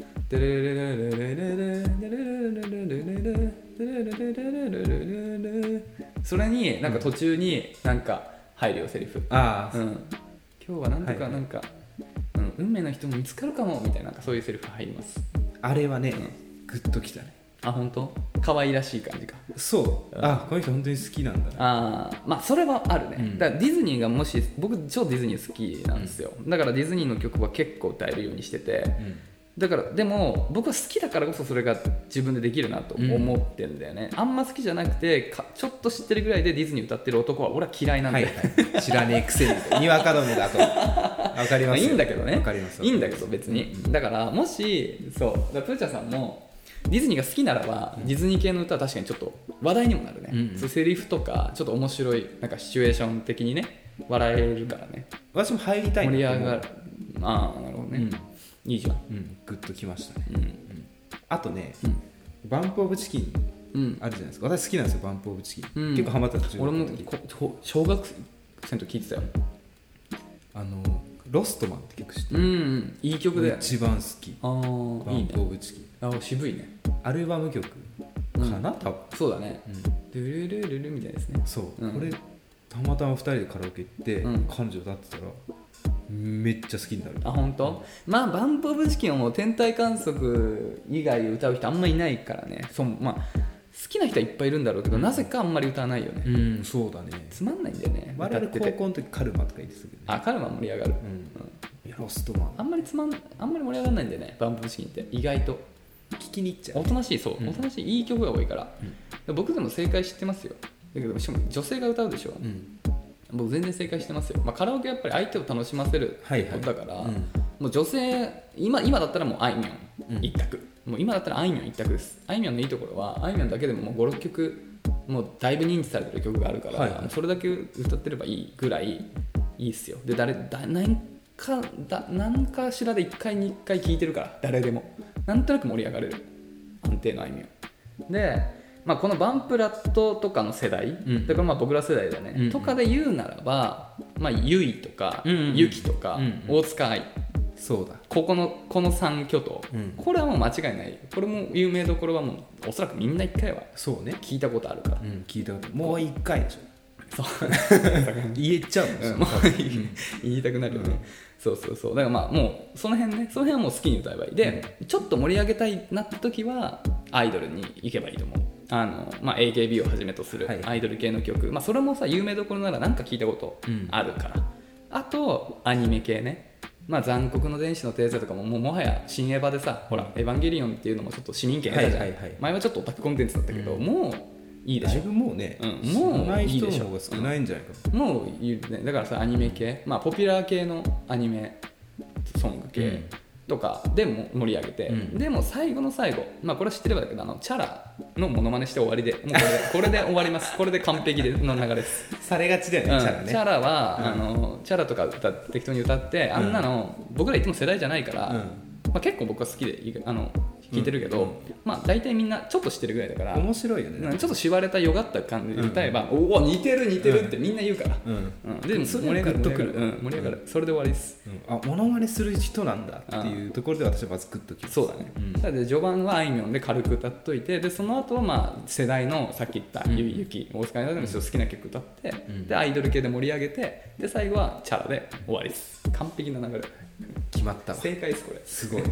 S2: それになんか途中になんか入るよセリフ。ああ、うん、今日はなんとかなんか、はいはい、うん、運命の人も見つかるかもみたいな、なんかそういうセリフ入ります。
S1: あれはね、うん、グッときたね。
S2: あ、本当？可愛らしい感じか。
S1: そう、うん、あ、この人本当に好きなんだね。
S2: ああ、まあそれはあるね、うん、だからディズニーがもし、僕超ディズニー好きなんですよ、うん、だからディズニーの曲は結構歌えるようにしてて、うん、だからでも僕は好きだからこそそれが自分でできるなと思ってるんだよね、うん、あんま好きじゃなくてかちょっと知ってるぐらいでディズニー歌ってる男は俺は嫌いなんだよ、
S1: はいはい、知らねえくせににわか止めだと分かりますよ。
S2: いいんだけどね、
S1: 分かります。
S2: いいんだけど別に、うん、だからもしそうだからプーチャーさんもディズニーが好きならば、うん、ディズニー系の歌は確かにちょっと話題にもなるね、うんうん、そうセリフとかちょっと面白いなんかシチュエーション的にね笑えるからね。
S1: 私も入りたいな。
S2: 盛り上がる。ああ、なるほどね、うん、いいじゃん、
S1: うん、グッときましたね、うんうん、あとね、うん、バンプオブチキンあるじゃないですか、私好きなんですよバンプオブチキン、うん、結構ハマったんですよ。
S2: 俺も小学生の時聴いてたよ。
S1: あのロストマンって曲知ってる？
S2: うん、いい曲だよね。
S1: 一番好き。
S2: あ
S1: バンプオブチキン。
S2: あ、渋いね。
S1: アルバム曲かな、うん、多分。
S2: そうだね、うん、ドゥルルルルみたいですね。
S1: そう、うん、これたまたまふたりでカラオケ行って、うん、彼女歌ってたらめっちゃ好きになる。
S2: あ、本当？うん、まあバンプオブチキンはもう天体観測以外歌う人あんまいないからね。そう、まあ好きな人はいっぱいいるんだろうけど、うん、なぜかあんまり歌わないよね。
S1: うん、そうだね。
S2: つまんないんだよね。
S1: 我々高校の時カルマとか言ってたけど、ね、
S2: あ、カルマ盛り上がる。うん。
S1: うん、いやロストマン。
S2: あんまりつまん、あんまり盛り上がらないんだよね。バンプオブチキンって意外と
S1: 聞きに行っちゃう。
S2: おとなしい、そう、うん、おとなしいいい曲が多いから。うん、僕でも正解知ってますよ。だけどしかも女性が歌うでしょ。うん、 僕全然正解してますよ、まあ、カラオケやっぱり相手を楽しませることだから、はいはい、うん、もう女性 今, 今だったらもうあいみょん一択、うん、もう今だったらあいみょん一択です。あいみょんのいいところはあいみょんだけでももうごろっきょくもうだいぶ認知されてる曲があるから、はいはい、それだけ歌ってればいいぐらいいいっすよ。で誰だ何かだ何かしらでいっかいにいっかい聴いてるから誰でもなんとなく盛り上がれる安定のあいみょんで、まあ、このバンプラットとかの世代、うん、だからまあ僕ら世代だね、うんうん、とかで言うならば、まあ、ゆいとか、うんうん、ゆきとか、うんうん、大塚愛、
S1: そうだ
S2: ここのこの三巨頭、うん、これはもう間違いない。これも有名どころはもうおそらくみんないっかいは聞いたことあるから、
S1: うん、聞いたこともういっかいでしょ。
S2: そう
S1: 言えちゃうもん、うん、もう
S2: 言いたくなるよね、うん、そうそうそう。だからまあもうその辺ね、その辺はもう好きに歌えばいいで、うん、ちょっと盛り上げたいなって時はアイドルに行けばいいと思う。あの、まあ、エーケービー をはじめとするアイドル系の曲、はい、まあ、それもさ有名どころなら何か聞いたことあるから、うん、あとアニメ系ね、まあ、残酷の天使のテーゼとかももうもはや新エヴァでさ、ほらエヴァンゲリオンっていうのもちょっと市民権得たじゃん、はいはいはい、前はちょっとオタクコンテンツだったけど、うん、もういいでしょ。
S1: 自分もうね、
S2: うん、もう
S1: ない人の方が少ないんじゃないか、
S2: うん、もういい、ね、だからさアニメ系、まあ、ポピュラー系のアニメソング系とかでも盛り上げて、うん、でも最後の最後、まあ、これは知ってればだけどあのチャラのモノマネして終わりでもうこれでこれで終わります。これで完璧での流れです
S1: されがちだよね、うん、チャラね。
S2: チャラは、うん、あのチャラとか歌適当に歌ってあんなの、うん、僕らいつも世代じゃないから、うん、まあ、結構僕は好きであの聞いてるけど、うん、まあ大体みんなちょっと知ってるぐらいだから
S1: 面白いよね。
S2: ちょっとしわれたよがった感じで歌えば、うん、おお似てる似てるってみんな言うから、うんうん、でも盛り上がる、うん、盛り上がる、それで終わりです、
S1: うん、あモノマネする人なんだっていうところで私はまずグッときます。
S2: そうだね、うん、だって序盤はあいみょんで軽く歌っといて、でその後はまあ世代のさっき言ったゆいゆき大塚愛でも好きな曲歌って、うん、でアイドル系で盛り上げて、で最後はチャラで終わりです。完璧な流れ
S1: 決まったわ。
S2: 正解ですこれ。
S1: すごい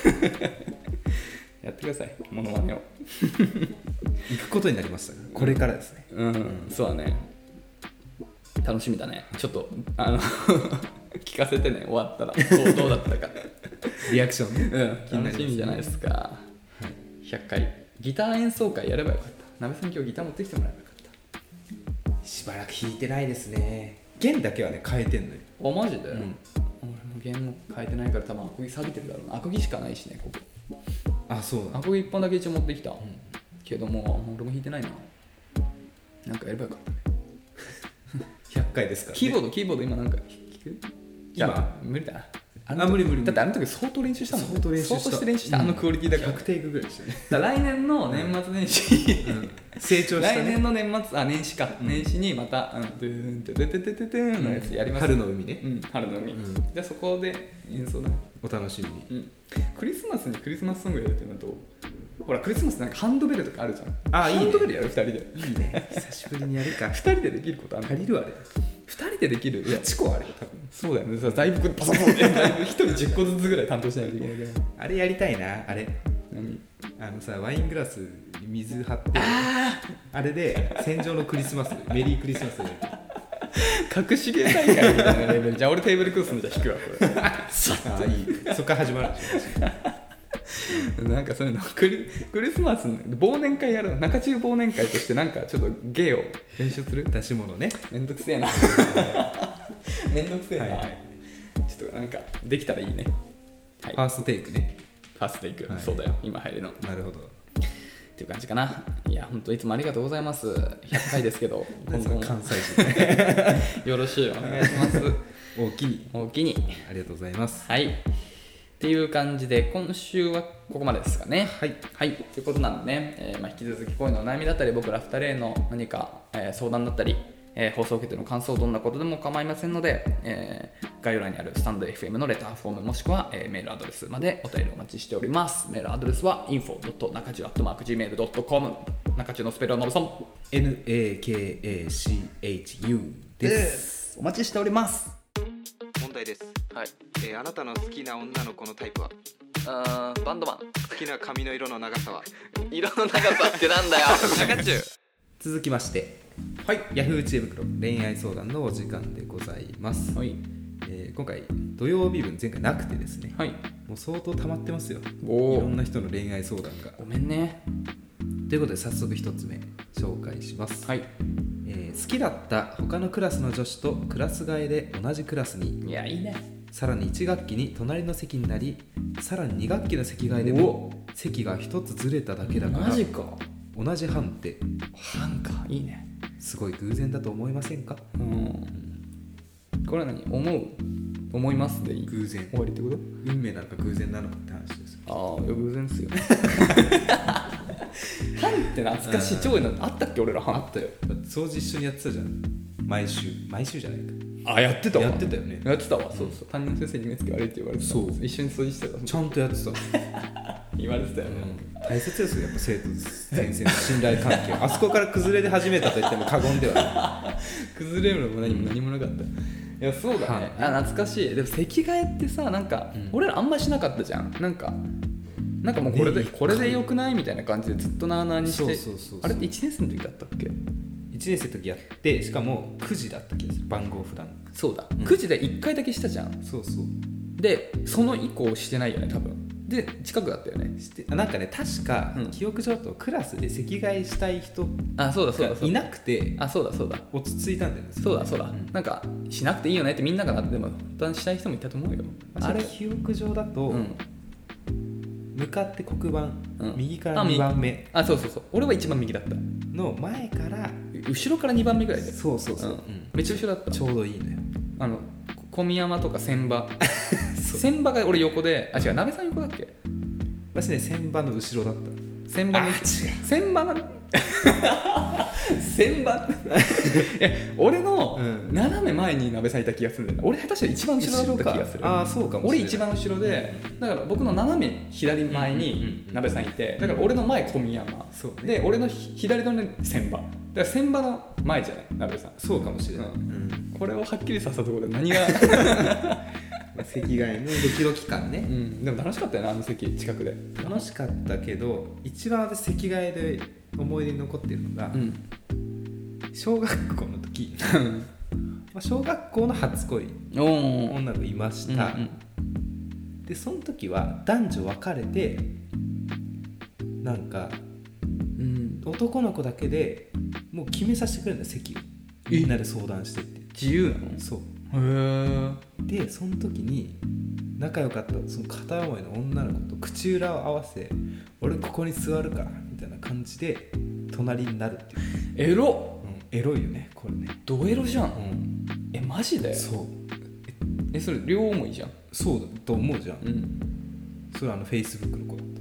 S2: やってくださいモノマネを
S1: 行くことになりました、ね、これからですね、
S2: うんうん、そうだね、楽しみだね。ちょっとあの聞かせてね終わったらどう、どうだったか
S1: リアクションね、
S2: うん、楽しみじゃないですか、はい、ひゃっかいギター演奏会やればよかった。なべさん今日ギター持ってきてもらえばよかった。
S1: しばらく弾いてないですね。弦だけはね変えてんのよ。
S2: あマジで、うん、俺も弦も変えてないから多分アコギ錆びてるだろうな。アコギしかないしねここ。
S1: あそう
S2: アコギいっぽんだけ一応持ってきた、うん、けども俺も弾いてないな。なんかやればよかったね
S1: ひゃっかいですから、ね、
S2: キーボードキーボード今なんか弾く？
S1: 今
S2: 無理だな。
S1: あ無理無理。
S2: だってあの時相当練習したもん。
S1: 相当練習した。
S2: 相当して練習した、うん、あのクオリティだから。
S1: ひゃくテイクぐらいしてね。
S2: だ来年の年末年始、
S1: うん、成長した、ね、
S2: 来年の年末あ年始か、うん、年始にまたあのドゥーンってドゥドゥドゥドゥドゥーンのやつやります、
S1: うん、春の海ね。
S2: うん春の海。うん、でそこで演奏だ。
S1: お楽しみに、
S2: うん。クリスマスにクリスマスソングやるっていうのと、ほらクリスマスなんかハンドベルとかあるじゃん。
S1: あいいね。
S2: ハンドベルやるふたりで。
S1: いいね。久しぶりにやるか。
S2: ふたりでできることある。
S1: 足りるあれ。
S2: ふたりでできる
S1: はちこあるよ多分。
S2: そうだよね。だいぶパソコンでだいぶひとりじゅっこずつぐらい担当しないといけないから。
S1: あれやりたいな。あれ
S2: 何
S1: あのさワイングラスに水張って あ, あれで戦場のクリスマスメリークリスマス
S2: 隠し芸大会みたいなレベル。じゃあ俺テーブルクロスのじゃ弾くわこれ
S1: あいい。そっから始まる
S2: なんかそういうのク リ, クリスマス忘年会やるの。中中忘年会としてなんかちょっと芸を練習する。
S1: 出し物ね。
S2: めんどくせえなめんどくせえな、はいはい、ちょっとなんかできたらいいね、
S1: はい、ファーストテイクね。
S2: ファーストテイク、はい、そうだよ今入るの。
S1: なるほど
S2: っていう感じかな。いや本当いつもありがとうございます。ひゃっかいですけど
S1: 今後も関西
S2: 人よろしいお願いします
S1: おおきに
S2: おおきに
S1: ありがとうございます。
S2: はいっていう感じで今週はここまでですかね。
S1: はい、
S2: はい、ということなのでね、えーまあ、引き続き恋のお悩みだったり僕らふたりへの何か、えー、相談だったり、えー、放送を受けての感想どんなことでも構いませんので、えー、概要欄にあるスタンド エフエム のレターフォームもしくは、えー、メールアドレスまでお便りお待ちしております。メールアドレスは インフォドットナカチュアットマークジーメールドットコム 中中のスペルはのぶさん
S1: エヌエーケーエーシーエイチユー です。
S2: お待ちしております。
S1: 問題です。
S2: はい、
S1: えー、あなたの好きな女の子のタイプは？
S2: あーバンドマン。
S1: 好きな髪の色の長さは？
S2: 色の長さってなんだよ中中。
S1: 続きましてはい、ヤフー知恵袋恋愛相談のお時間でございます。
S2: はい、
S1: えー、今回土曜日分前回なくてですね、
S2: はい、
S1: もう相当溜まってますよ。
S2: お
S1: いろんな人の恋愛相談が。
S2: ごめんね。
S1: ということで早速一つ目紹介します。
S2: はい、
S1: えー好きだった他のクラスの女子とクラス替えで同じクラスに。
S2: いやいいね。
S1: さらにいち学期に隣の席になり、さらにに学期の席替えでも席が一つずれただけだから
S2: マジか。
S1: 同じ班って
S2: 班か、いいね。
S1: すごい偶然だと思いませんか？
S2: うん。これは何？思う思いますでいい？
S1: 偶然。
S2: 終わりってこと？
S1: 運命なのか偶然なのかって話ですよ。
S2: ああ、いや偶然っすよ。班って懐かしい。超あったっけ俺ら班？
S1: あったよ。だって掃除一緒にやってたじゃん。毎週毎週じゃないか。
S2: あ、やってたわ。
S1: やってたよね。
S2: やってたわ。そうそう。担任の先生に目つけ悪いって言われてた。
S1: そう
S2: 一緒に掃除してた。
S1: ちゃんとやってた。
S2: 言われてたよね。
S1: 大切ですよ、やっぱ生徒先生の信頼関係。あそこから崩れで始めたと言っても過言ではない。
S2: 崩れるのも何も何もなかった。いや、そうだね。あ、懐かしい。でも席替えってさ、なんか、うん、俺らあんましなかったじゃん。なんかなんかもうこれで、ね、これでよくないみたいな感じでずっとなあなあにして。そうそうそうそう。あれっていちねん生の時だったっけ？
S1: いちねん生の時やって、しかもくじだった気がする、番号札の。
S2: そうだ、うん、くじでいっかいだけしたじゃん。
S1: そうそう。
S2: でその以降してないよね多分。で近くだったよね。
S1: してなんかね、確か、うん、記憶上とクラスで席替えしたい人
S2: あそうだそうだ
S1: いなくて、
S2: あそうだそうだ
S1: 落ち着いたんだよね。
S2: そうだそうだ、うん、なんかしなくていいよねってみんながなって、でも本当にしたい人もいたと思うよ。
S1: あれ記憶上だと、うん、向かって黒板、うん、右からにばんめ。
S2: あ, あそうそうそう、俺は一番右だった
S1: の前から
S2: 後ろからにばんめぐらいで。
S1: そうそうそう、うん、
S2: めっちゃ後ろだった。
S1: ちょうどいいのよ。
S2: あの小宮山とか千葉千葉が俺横で、あ違う、鍋さん横だっけ？
S1: 私ね、千葉の後ろだった。
S2: 千葉の千葉の千葉いや俺の斜め前に鍋さんいた気がするんだよ。俺下手したら一番後ろだった気がする。
S1: ああそうかもしれない。
S2: 俺一番後ろで、だから僕の斜め左前に鍋さんいて、だから俺の前小宮山、そう、ね、で俺の左の千葉だから千葉の前じゃない鍋さん。
S1: そうかもしれない、うん
S2: うん、これをはっきりさせたところで何が
S1: 席替えのドキドキ感ね、
S2: うん、でも楽しかったよね、あの席近くで。
S1: 楽しかったけど、一番私席替えで思い出に残ってるのが、うん、小学校の時小学校の初恋女の子いました、うんうん、でその時は男女分かれて、なんか、うん、男の子だけでもう決めさせてくれるんだ、席をみんなで相談してって。
S2: 自由なの？
S1: そう。
S2: へ
S1: でその時に仲良かったその片思いの女の子と口裏を合わせ、俺ここに座るからみたいな感じで隣になるっていう。
S2: エロ、
S1: うん、エロいよねこれね。
S2: ドエロじゃん、うん、えマジで？
S1: そう。
S2: えそれ両思いじゃん。
S1: そうだと思うじゃん、
S2: うん、
S1: それはあのフェイスブックの子だった。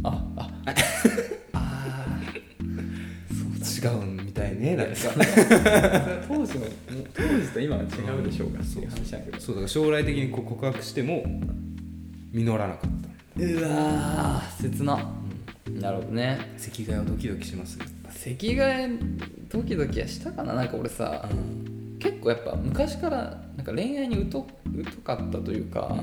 S2: あああ
S1: 違うんみたいね。なんか
S2: 当時の当時と今は違うでしょうかっていう話だけど、
S1: そうだから将来的にこう告白しても実らなかった。
S2: うわー切な、うん、なるほどね。
S1: 席替えはドキドキしますよ。
S2: 席替えドキドキはしたかな。なんか俺さ、うん、結構やっぱ昔からなんか恋愛に疎かったというか、うん、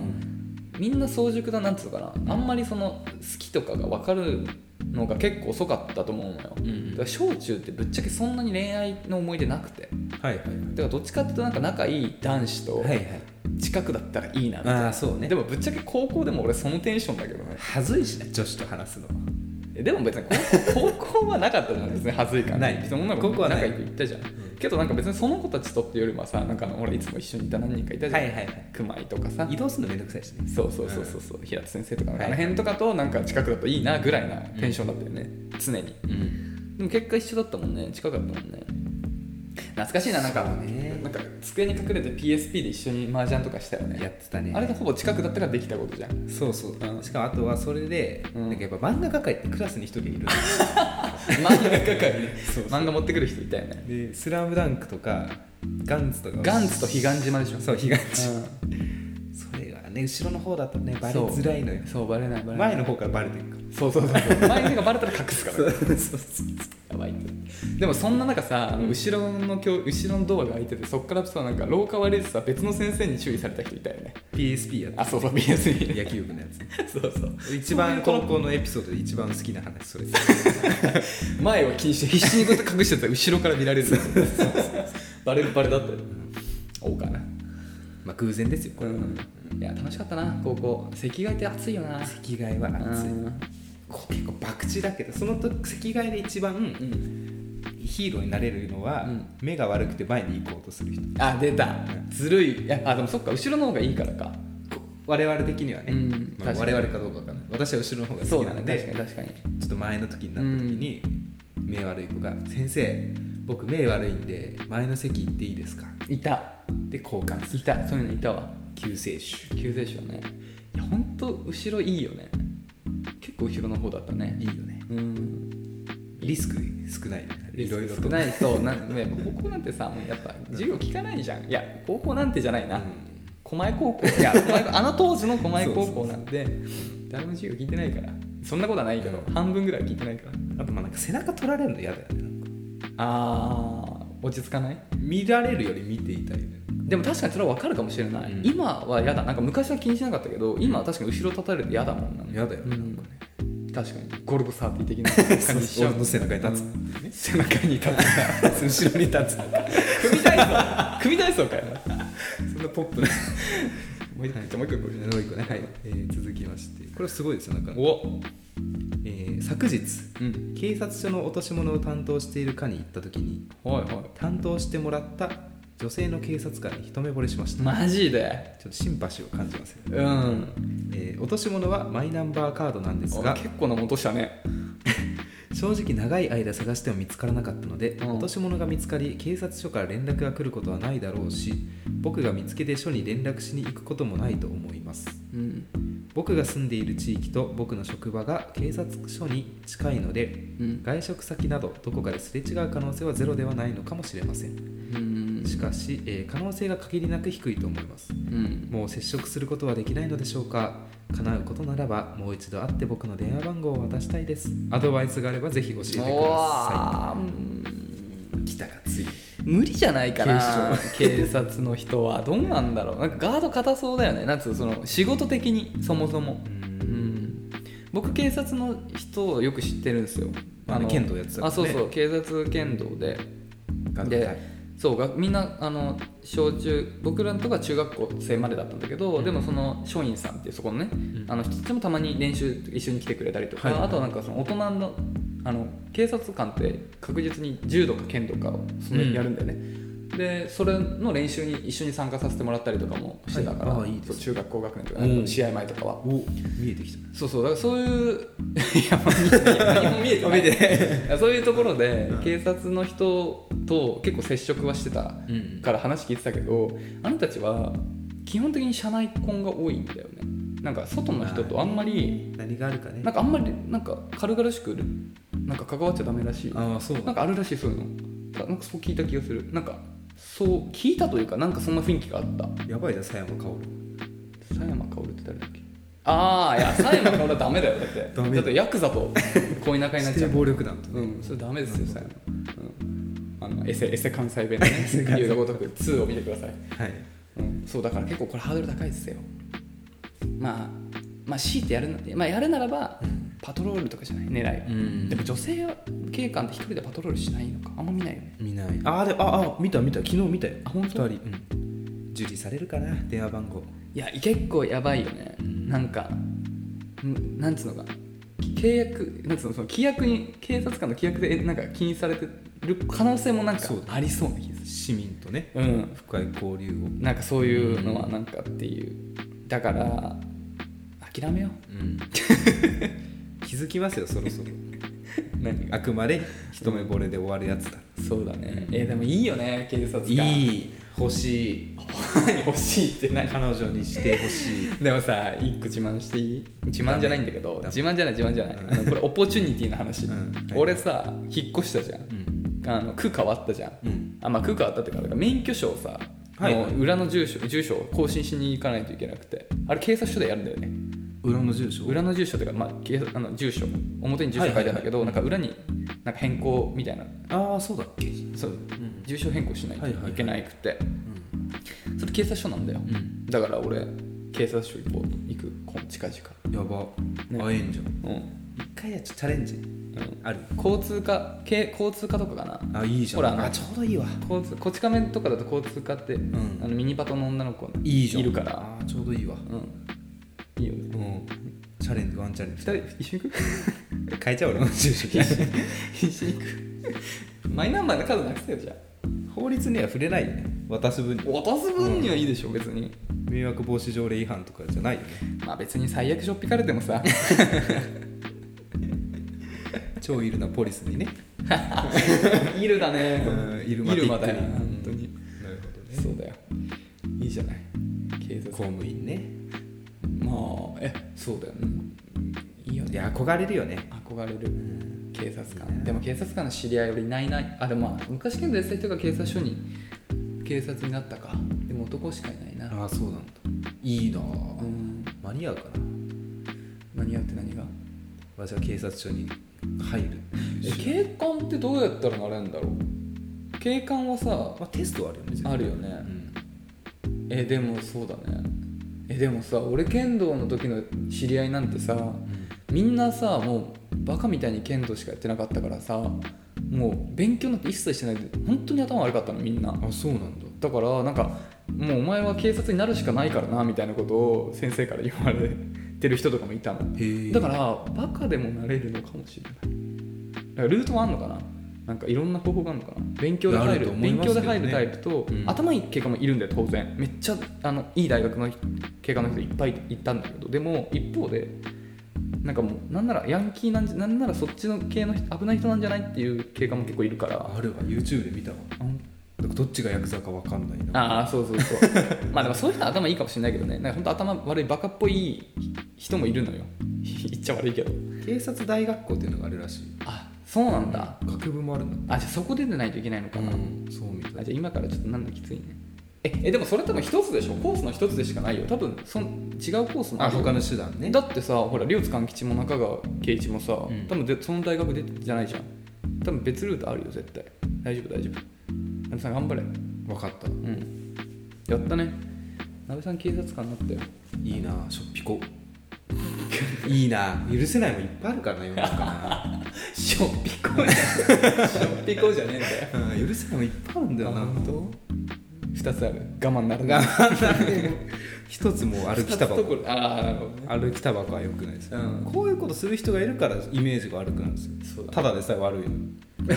S2: みんな早熟だなんていうのかな、あんまりその好きとかが分かるのが結構遅かったと思うのよ、うんうん、だから小中ってぶっちゃけそんなに恋愛の思い出なくて、
S1: はいはい、
S2: だからどっちかっていうとなんか仲いい男子と近くだったらいいなみたいな、はいはい、あそうね、でもぶっちゃけ高校でも俺そのテンションだけどね。
S1: 恥ずいしね、女子と話すの。
S2: でも別に高校はなかったじゃん。別に恥ずいからない。別に女の子と仲良く行ったじゃん、うん、けどなんか別にその子たちとっていうよりもさ、なんか俺いつも一緒にいた何人かいたじゃん、はいはいはい、熊井とかさ、
S1: 移動するのめんどくさいしね。
S2: そうそうそうそう、うん、平田先生とか、はい、あの辺とかとなんか近くだといいなぐらいなテンションだったよね、うん、常に、うん、でも結果一緒だったもんね、近かったもんね。懐かしいな。なんか、ね、なんか机に隠れて ピーエスピー で一緒に麻雀とかしたよね。
S1: やってたね。
S2: あれがほぼ近くだったからできたことじゃん。
S1: そうそう、うん、しかもあとはそれで、うん、なんかやっぱ漫画係ってクラスに一人いるんです
S2: 漫画係ねそうそう、漫画持ってくる人いたよね。
S1: でスラムダンクとかガンツとか、
S2: ガンツと彼岸島でしょ。
S1: そう、彼岸島、うん、それがね後ろの方だとねバレづらいのよ。
S2: そう、そうバレないバレない。
S1: 前の方からバレてるから。
S2: そうそうそうそう前の方がバレたら隠すからそうそうそうやばい。でもそんな中さ、うん、後ろの後ろのドアが開いてて、そっからさなんか廊下割れてさ別の先生に注意された人いたよね。
S1: ピーエスピー やった。
S2: あ、そうそう ピーエスピー
S1: 野球部のやつ
S2: そうそう
S1: 一番高校のエピソードで一番好きな話それです
S2: 前を気にして必死にこと隠してたら後ろから見られるバレるバレだったよ、うん、おうかな。
S1: まあ偶然ですよこれは、うん、
S2: いや楽しかったな高校。席替えって暑いよな。
S1: 席替えは暑い。結構博打だけど、その時席替えで一番、うん、 ヒーローになれるのは、うん、目が悪くて前に行こうとする人。
S2: あ、出た、うん、ずるい。いや、あ、でもそっか、後ろの方がいいからか、
S1: 我々的にはね、
S2: うん
S1: まあ、我々かどうかわかんない。私は後ろの方が好きなので、
S2: そうだね、確かに確かに。
S1: ちょっと前の時になった時に、うん、目悪い子が先生僕目悪いんで前の席行っていいですか。
S2: いた。
S1: で交換する。
S2: いた、そういうのいたわ。
S1: 救世主。
S2: 救世主はね、いや本当後ろいいよね。結構後ろの方だったね。
S1: いいよね。
S2: うん。
S1: リスク少ない。いろいろと
S2: 少ない。そうなんね、高校なんてさ、もうやっぱ授業聞かないじゃん。いや高校なんてじゃないな。うん、狛江高校。いやあの当時の狛江高校なんで誰も授業聞いてないから。そんなことはないけど、うん、半分ぐらい聞いてないから。
S1: あとまあなんか背中取られるの嫌だよね。
S2: ああ、落ち着かない。
S1: 見られるより見ていたい、ね、
S2: でも確かにそれは分かるかもしれない、うん、今は嫌だ。なんか昔は気にしなかったけど、今は確かに後ろ立たれて嫌だもんな。
S1: 嫌だよね、
S2: うん、なんかね。確かにゴルゴサーティ的な感じしちゃう。
S1: 俺の背中に立つ、うん
S2: ね、背中に立つ後ろに立つ組体操組体操かよ
S1: そんなポップな
S2: もう一個、はい、もう一個、も
S1: う一個ね、はい。えー、続きまして、これすごいですよ。なんか
S2: お、
S1: えー、昨日、
S2: うん、
S1: 警察署の落とし物を担当している課に行った時に、
S2: はいはい、
S1: 担当してもらった女性の警察官に一目惚れしました。
S2: マジで
S1: ちょっとシンパシーを感じますよ、
S2: うん、
S1: えー、落とし物はマイナンバーカードなんですが、
S2: 結構なもん落としたね
S1: 正直長い間探しても見つからなかったので、
S2: うん、
S1: 落とし物が見つかり警察署から連絡が来ることはないだろうし、僕が見つけて署に連絡しに行くこともないと思います、
S2: うん、
S1: 僕が住んでいる地域と僕の職場が警察署に近いので、
S2: うん、
S1: 外食先などどこかですれ違う可能性はゼロではないのかもしれません、
S2: うん、
S1: しかし、えー、可能性が限りなく低いと思います、うん、もう接触することはできないのでしょうか。叶うことならばもう一度会って僕の電話番号を渡したいです。アドバイスがあればぜひ教えてください。来たかつい。
S2: 無理じゃないかな警察の人は。どうなんだろう。なんかガード硬そうだよね。なんつうその仕事的にそもそも、うん、うん、僕警察の人をよく知ってるんですよ。
S1: あの剣道やってた、ね、
S2: あ、そうそう、警察剣道ででそうがみんなあの小中僕らのとこは中学校生までだったんだけど、うん、でもその松陰さんっていうそこのね、うん、あの人たちもたまに練習一緒に来てくれたりとか、はいはい、あとはなんかその大人のあの警察官って確実に柔道か剣道かをそのやるんだよね、うん、でそれの練習に一緒に参加させてもらったりとかもしてたから、はい、いいそう中学校学年とか、ね、試合前とかは
S1: お見えてきた。
S2: そうそうだからそういういや何も見えてないそういうところで警察の人と結構接触はしてたから話聞いてたけど、うん、あのたちは基本的に社内婚が多いんだよね。なんか外の人とあんまり
S1: 何があるかね、
S2: なんかあんまりなんか軽々しくなんか関わっちゃダメらしい。
S1: ああそう
S2: なんかあるらしい。そういうのなんかそう聞いた気がする。なんかそう聞いたというかなんかそんな雰囲気があった。
S1: やばいな佐山薫。
S2: 佐山薫って誰だっけ。ああいや佐山薫はダメだよ。だってだってヤクザと恋仲になっちゃう。
S1: 暴力団と、
S2: ね、うんそれダメですよ佐山。うん、あのエセエセ関西弁のね言うのごとくツーを見てください。
S1: はい、
S2: うん、そうだから結構これハードル高いですよ。まあまあ強いてやるな、まあ、やるならば、うん、パトロールとかじゃない狙いは、うん、でも女性警官って一人でパトロールしないのかあんま見ないよね。
S1: 見ない。あでああ見た見た昨日見たよ。
S2: あ本当。
S1: ふたり、うん、受理されるかな電話番号。
S2: いや結構やばいよね、うん、なんかなんつうのか契約なんつうのその規約に警察官の規約でなんか気にされてる可能性もなんかありそうな気がする。
S1: 市民とね、
S2: うん、
S1: 深い交流を
S2: なんかそういうのはなんかっていう、だから諦めよう、うん、
S1: 気づきますよそろそろ
S2: 何
S1: あくまで一目惚れで終わるやつだ。
S2: そうだね、えー、でもいいよね警察官。
S1: いい欲しい
S2: 欲しいって何。
S1: 彼女にして欲しい。
S2: でもさ一個自慢していい。自慢じゃないんだけど自慢じゃない自慢じゃない、うん、これオポチュニティの話、うん、俺さ引っ越したじゃん、うん、あの区変わったじゃん、うん、あまあ区変わったっていうか免許証さ、はい、もう裏の住所住所を更新しに行かないといけなくて、あれ警察署でやるんだよね。
S1: 裏の住所
S2: 裏の住所というか、まあ、あの住所表に住所書いてあるんだけど、はいはいはい、なんか裏になんか変更みたいな。
S1: ああそうだっけ。
S2: そう、うん、住所変更しないといけなくて、はいはいはい、それ警察署なんだよ、うん、だから俺警察署行こうと行くこの近々。
S1: やば、ね、会えんじゃん、うん、一回やっちゃチャレンジ、うん、ある
S2: 交通課交通課とかかな。
S1: あいいじゃん。
S2: ほら
S1: あちょうどいいわ。
S2: 交通こち亀とかだと交通課って、うん、あのミニパトの女の子
S1: いいじゃん
S2: いるから。
S1: あちょうどいいわ、
S2: うん、いいよね、
S1: うん、チャレンジワンチャレンジ
S2: ふたり一緒に行く
S1: 変えちゃう俺の住所
S2: 一緒に行くマイナンバーの数なくせよじゃ
S1: 法律には触れないよね、渡す分に
S2: あ渡す分にはいいでしょ、うん、別に
S1: 迷惑防止条例違反とかじゃないよね。
S2: まあ別に最悪しょっぴかれてもさ
S1: 超イルなポリスにね
S2: イルだね、
S1: うん、イルマティックに
S2: 本当に。
S1: なるほどね。
S2: そうだよ、いいじゃない警察
S1: 公務員ね。
S2: まあえそうだよ、うん、いいよね。
S1: いや憧れるよね。
S2: 憧れる、うん、警察官。でも警察官の知り合いよりいないない。あでもまあ昔剣道やってた人が警察署に警察になったか。でも男しかいないな。
S1: ああそうなんだ。いいな、うん、間に合うかな。
S2: 間に合うって何が？
S1: 私は警察署に入る。
S2: え警官ってどうやったらなれるんだろう。警官はさ、
S1: まあ、テストはあるよね。
S2: あるよね、うん、えでもそうだね。えでもさ俺剣道の時の知り合いなんてさ、うん、みんなさもうバカみたいに剣道しかやってなかったからさ、もう勉強なんて一切してないで本当に頭悪かったのみんな。
S1: あそうなんだ。
S2: だからなんかもうお前は警察になるしかないからなみたいなことを先生から言われてる人とかもいたの。だからバカでもなれるのかもしれない。だからルートもあんのかな。なんかいろんな方法があるのかな。勉強で入る、ね、勉強で入るタイプと、うん、頭いい警官もいるんだよ当然。めっちゃあのいい大学の警官の人いっぱいいたんだけど、でも一方でなんかもうなんならヤンキーなんじゃなんならそっちの系の危ない人なんじゃないっていう警官も結構いるから。
S1: あるわ YouTube で見たわ。どっちがヤクザか分かんないな。
S2: ああそうそうそうまあでもそういう人は頭いいかもしれないけどね。なんか本当頭悪いバカっぽい人もいるのよ言っちゃ悪いけど。
S1: 警察大学校っていうのがあるらしい。
S2: あそうなんだ。
S1: 学部もあるんだ。
S2: あじゃあそこで出ないといけないのかな、うん、
S1: そうみたい。
S2: あじゃあ今からちょっとなんだきついね。ええでもそれ多分一つでしょ。コースの一つでしかないよ多分。その違うコースもある。
S1: あ他の手段ね。
S2: だってさほら両津勘吉も中川圭一もさ、うん、多分でその大学でじゃないじゃん。多分別ルートあるよ絶対。大丈夫大丈夫。なべさん頑張れ。
S1: 分かった。
S2: うんやったね。なべさん警察官になったよ。
S1: いいなしょっぴこいいな許せないもんいっぱいあるからな世の中な
S2: しょっぴこじゃしょっぴこじゃねえんだよ、
S1: うん、許せないもんいっぱいあるんだよな。
S2: 本当ふたつある。我慢なる
S1: 我慢なる一つもう歩きタバコ。
S2: ああなるほどね。
S1: 歩きタバコは良くないですよ、
S2: うん、
S1: こういうことする人がいるからイメージが悪くなるんですよ。そうだ、ね、ただでさえ悪いの、うん、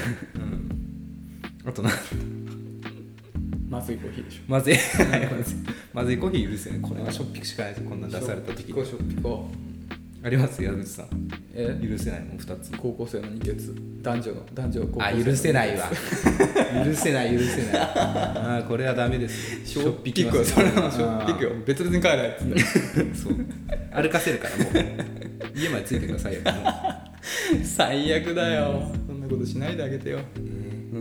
S1: あとな
S2: まずいコーヒーでしょ。
S1: まずいまずいコーヒー許せない。これはしょっぴくしかないです。こんな出された時に
S2: しょっぴこしょっぴこ
S1: あります矢口さん。
S2: え
S1: 許せないもんふたつ。
S2: 高校生の二血男女の男女高校生
S1: あ許せないわ許せない許せないあこれはダメですよ。
S2: しょっぴくそれはしょっぴくよ。別々に帰れっつって
S1: そう歩かせるからもう家までついてくださいよ
S2: 最悪だよ、うん、そんなことしないであげてよ、
S1: えーうん、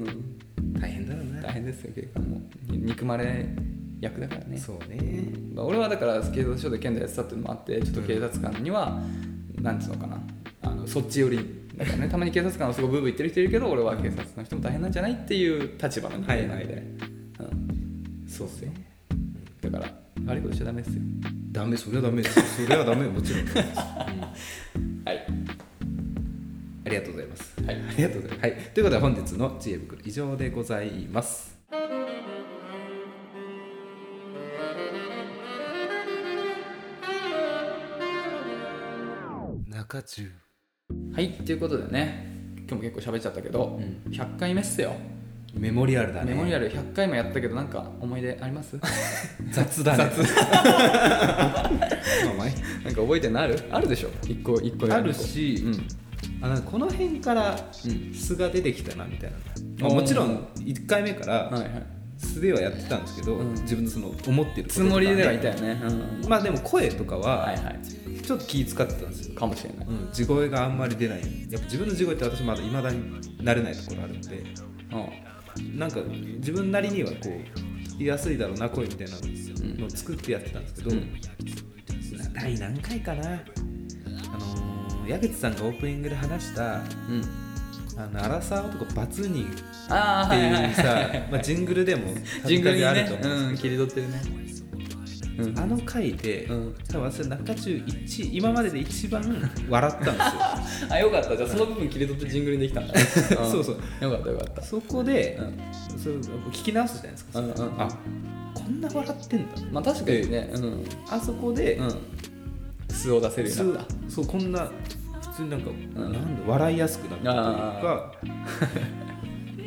S1: 大変だろうな。
S2: 大変ですよ警官も憎まれ役だからね。
S1: そうね、
S2: まあ、俺はだから警察署で剣道やってたっていうのもあってちょっと警察官には、うん、なんていうのかなあのそっち寄りだからねたまに警察官はすごいブーブー言ってる人いるけど俺は警察の人も大変なんじゃないっていう立場の人間なので、はいはいうん、そうっすよ。だから悪いことしちゃダメですよ。
S1: ダメそれはダメですそれはダメもちろんダメです、うん、
S2: はい
S1: ありがとうございます。
S2: はい、
S1: ありがとうございます。はい、ということで本日の知恵袋以上でございます。中中。
S2: はいということでね今日も結構喋っちゃったけど、うん、ひゃっかいめっすよ。
S1: メモリアルだね。
S2: メモリアルひゃっかいもやったけどなんか思い出あります
S1: 雑だね
S2: 雑なんか覚えてるのあるあるでしょ。一個一個
S1: あるし、うん、あなんかこの辺から素が出てきたなみたいな、うんまあ、もちろんいっかいめから素ではやってたんですけど、うん、自分のその思ってることとか、ね、
S2: つもりではいたよね、
S1: うん、まあでも声とかはちょっと気使ってたんですよ。
S2: かもしれない、
S1: うん、地声があんまり出ない。やっぱ自分の地声って私まだ未だに慣れないところあるんで、うん、なんか自分なりにはこう言いやすいだろうな声みたいなのを作ってやってたんですけど、うん、第何回かな、あのー、矢口さんがオープニングで話した、うん、あのアラサー男バツニーっていうさ、はいはいはいまあ、ジングルでも
S2: ジングルに
S1: あると思うんですけど、
S2: ねうん、切り取ってるね、
S1: うん、あの回で、うん、多分私は中中一今までで一番笑ったんですよ
S2: あよかった。じゃあその部分切り取ってジングルにできたんだ、うん、
S1: そうそう
S2: よかったよかった。
S1: そこで、うん、そう聞き直すじゃないですか、うんうん、あこんな笑ってんだ。
S2: まあ確かにね、うん、
S1: あそこで、うん、
S2: 素を出せるようになった。
S1: そうこんな普通になんか、うん、なんだ笑いやすくなったというか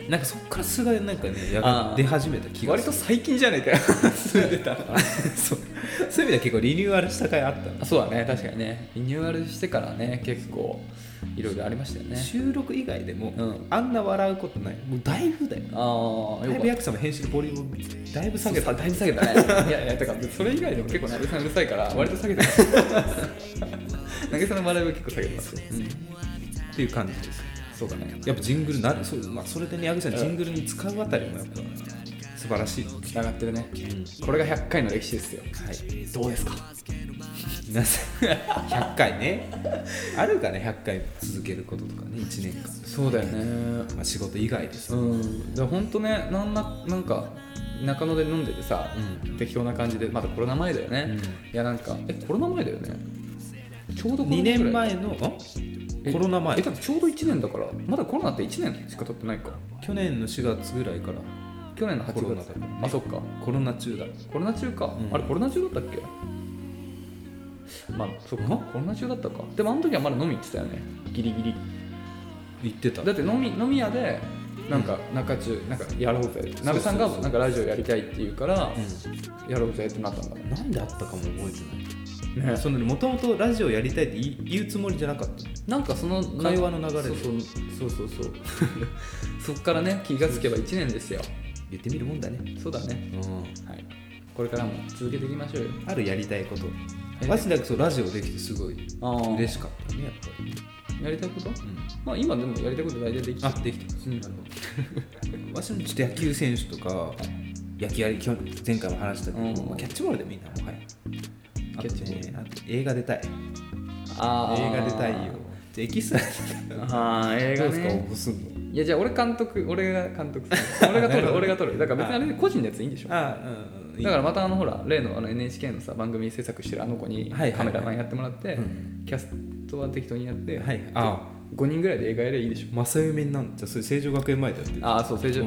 S1: なんかそっから素がなんかねやが出始めた気が
S2: 割と最近じゃねえかよ素出た
S1: そうそういう意味では結構リニューアルした回あったの。
S2: そうだね確かにねリニューアルしてからね結構いろいろありましたよね。
S1: 収録以外でも、
S2: うん、
S1: あんな笑うことない。もうだいぶだよ。
S2: ああ
S1: だいぶヤクさんも編集でボリュームだいぶ下げた。
S2: だいぶ下げたねいやいやだからそれ以外でも結構投げさんうるさいから割と下げてます投げさんの笑いは結構下げてますよ、うん、
S1: っていう感じです。
S2: そうだね
S1: やっぱジングルなる そ,、まあ、それでねヤクさんジングルに使うあたりもやっぱ素晴らしい。
S2: つながってるね、うん、これがひゃっかいの歴史ですよ。
S1: はい
S2: どうですか
S1: 皆さんひゃっかいねあるかねひゃっかい続けることとかねいちねんかん。
S2: そうだよね、
S1: まあ、仕事以外ですよ、
S2: うん、だからほんとねなんななんか中野で飲んでてさ、うん、適当な感じでまだコロナ前だよね、うん、いやなんかえコロナ前だよねちょうど
S1: にねんまえのコロナ前
S2: えだってちょうどいちねんだからまだコロナっていちねんしか経ってないか。
S1: 去年のしがつぐらいから
S2: 去年のはちがつ
S1: コロナだ、ね、
S2: あそっか
S1: コロナ中だ
S2: コロナ中か、うん、あれコロナ中だったっけ。まあそっかコロナ中だったか。でもあの時はまだ飲み行ってたよねギリギリ
S1: 行ってた。
S2: だって飲み飲み屋でなんか中中なんかやろうぜなべさんがなんかラジオやりたいって言うから、うん、やろうぜってなったんだ。
S1: なんであったかも覚えてないね。そのもともとラジオやりたいって言うつもりじゃなかった。
S2: なんかその
S1: 会話の流れで
S2: そうそうそうそうそうそっからね気がつけばいちねんですよ。
S1: 言ってみるもんだね。
S2: そうだね、うんはい、これからも続けていきましょうよ。
S1: あるやりたいことマジでラジオできてすごい嬉しかったねやっぱり。
S2: やりたいこと、うん、まあ今でもやりたいこと大体できて
S1: あできてます、うん、なるほど私もちょっと野球選手とか野球やり前回も話したけど、うんまあ、キャッチボールでもいいなもはや。あとねあと映画出たい。あ映画出たいよ。じゃあエキストラ
S2: あ映画ね
S1: どうですか応募すんの。
S2: いやじゃあ俺監督俺が監督俺が撮る俺が撮るだから別にあれ個人のやついいんでしょ。あ、うん、だからまたあのほら例のあの エヌエイチケー のさ番組制作してるあの子にカメラマンやってもらって、はいはいはい、キャストは適当にやって、はい、あごにんぐらいで映画やればいいでしょ。
S1: 正夢になんじゃあそれ成城学園前でやってる。
S2: ああそう成城、うん、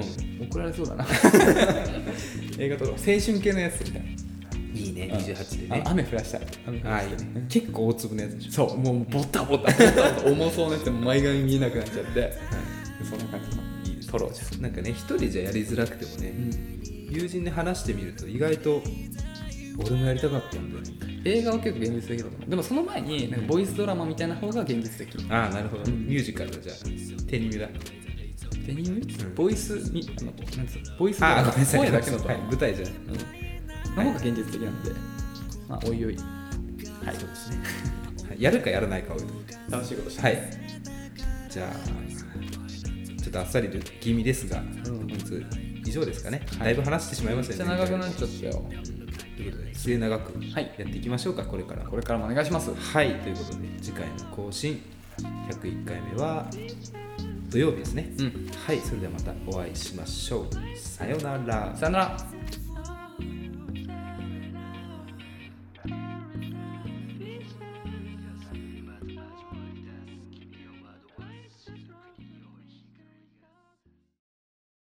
S2: 怒られそうだな映画撮ろう青春系のやつみたいな。
S1: いいねにじゅうはちでね
S2: 雨降らしたい。
S1: あいいね結構大粒のやつでしょ。
S2: そうもうボタボタボタボタ重そうなやつも前髪見えなくなっちゃって、はい、そんな感じのいいです。撮ろうじゃん。
S1: なんかね一人じゃやりづらくてもね、うん、友人で話してみると意外と俺もやりたかったんだよね。
S2: 映画は結構現実的だと思う。でもその前になんかボイスドラマみたいな方が現実的。
S1: ああなるほど、うん、ミュージカルだ。じゃあテニミュだ。
S2: テニミュ、うん、ボイスにあのなんつうボイス
S1: ドラマ
S2: 声だけのと、
S1: はい、舞台じゃん、
S2: うんの方が現実的なんで、まあおいおい
S1: はいそうですねやるかやらないかを
S2: 楽しいことして
S1: はいじゃあちょっとあっさり気味ですが、うん、本日以上ですかね、はい、だいぶ話してしまいましたね。
S2: めっちゃ長くなっちゃったよ、
S1: うん、ということで末永くやっていきましょうか。これから
S2: これからもお願いします。
S1: はいということで次回の更新ひゃくいっかいめは土曜日ですね、うん、はいそれではまたお会いしましょう。さよなら。
S2: さよなら。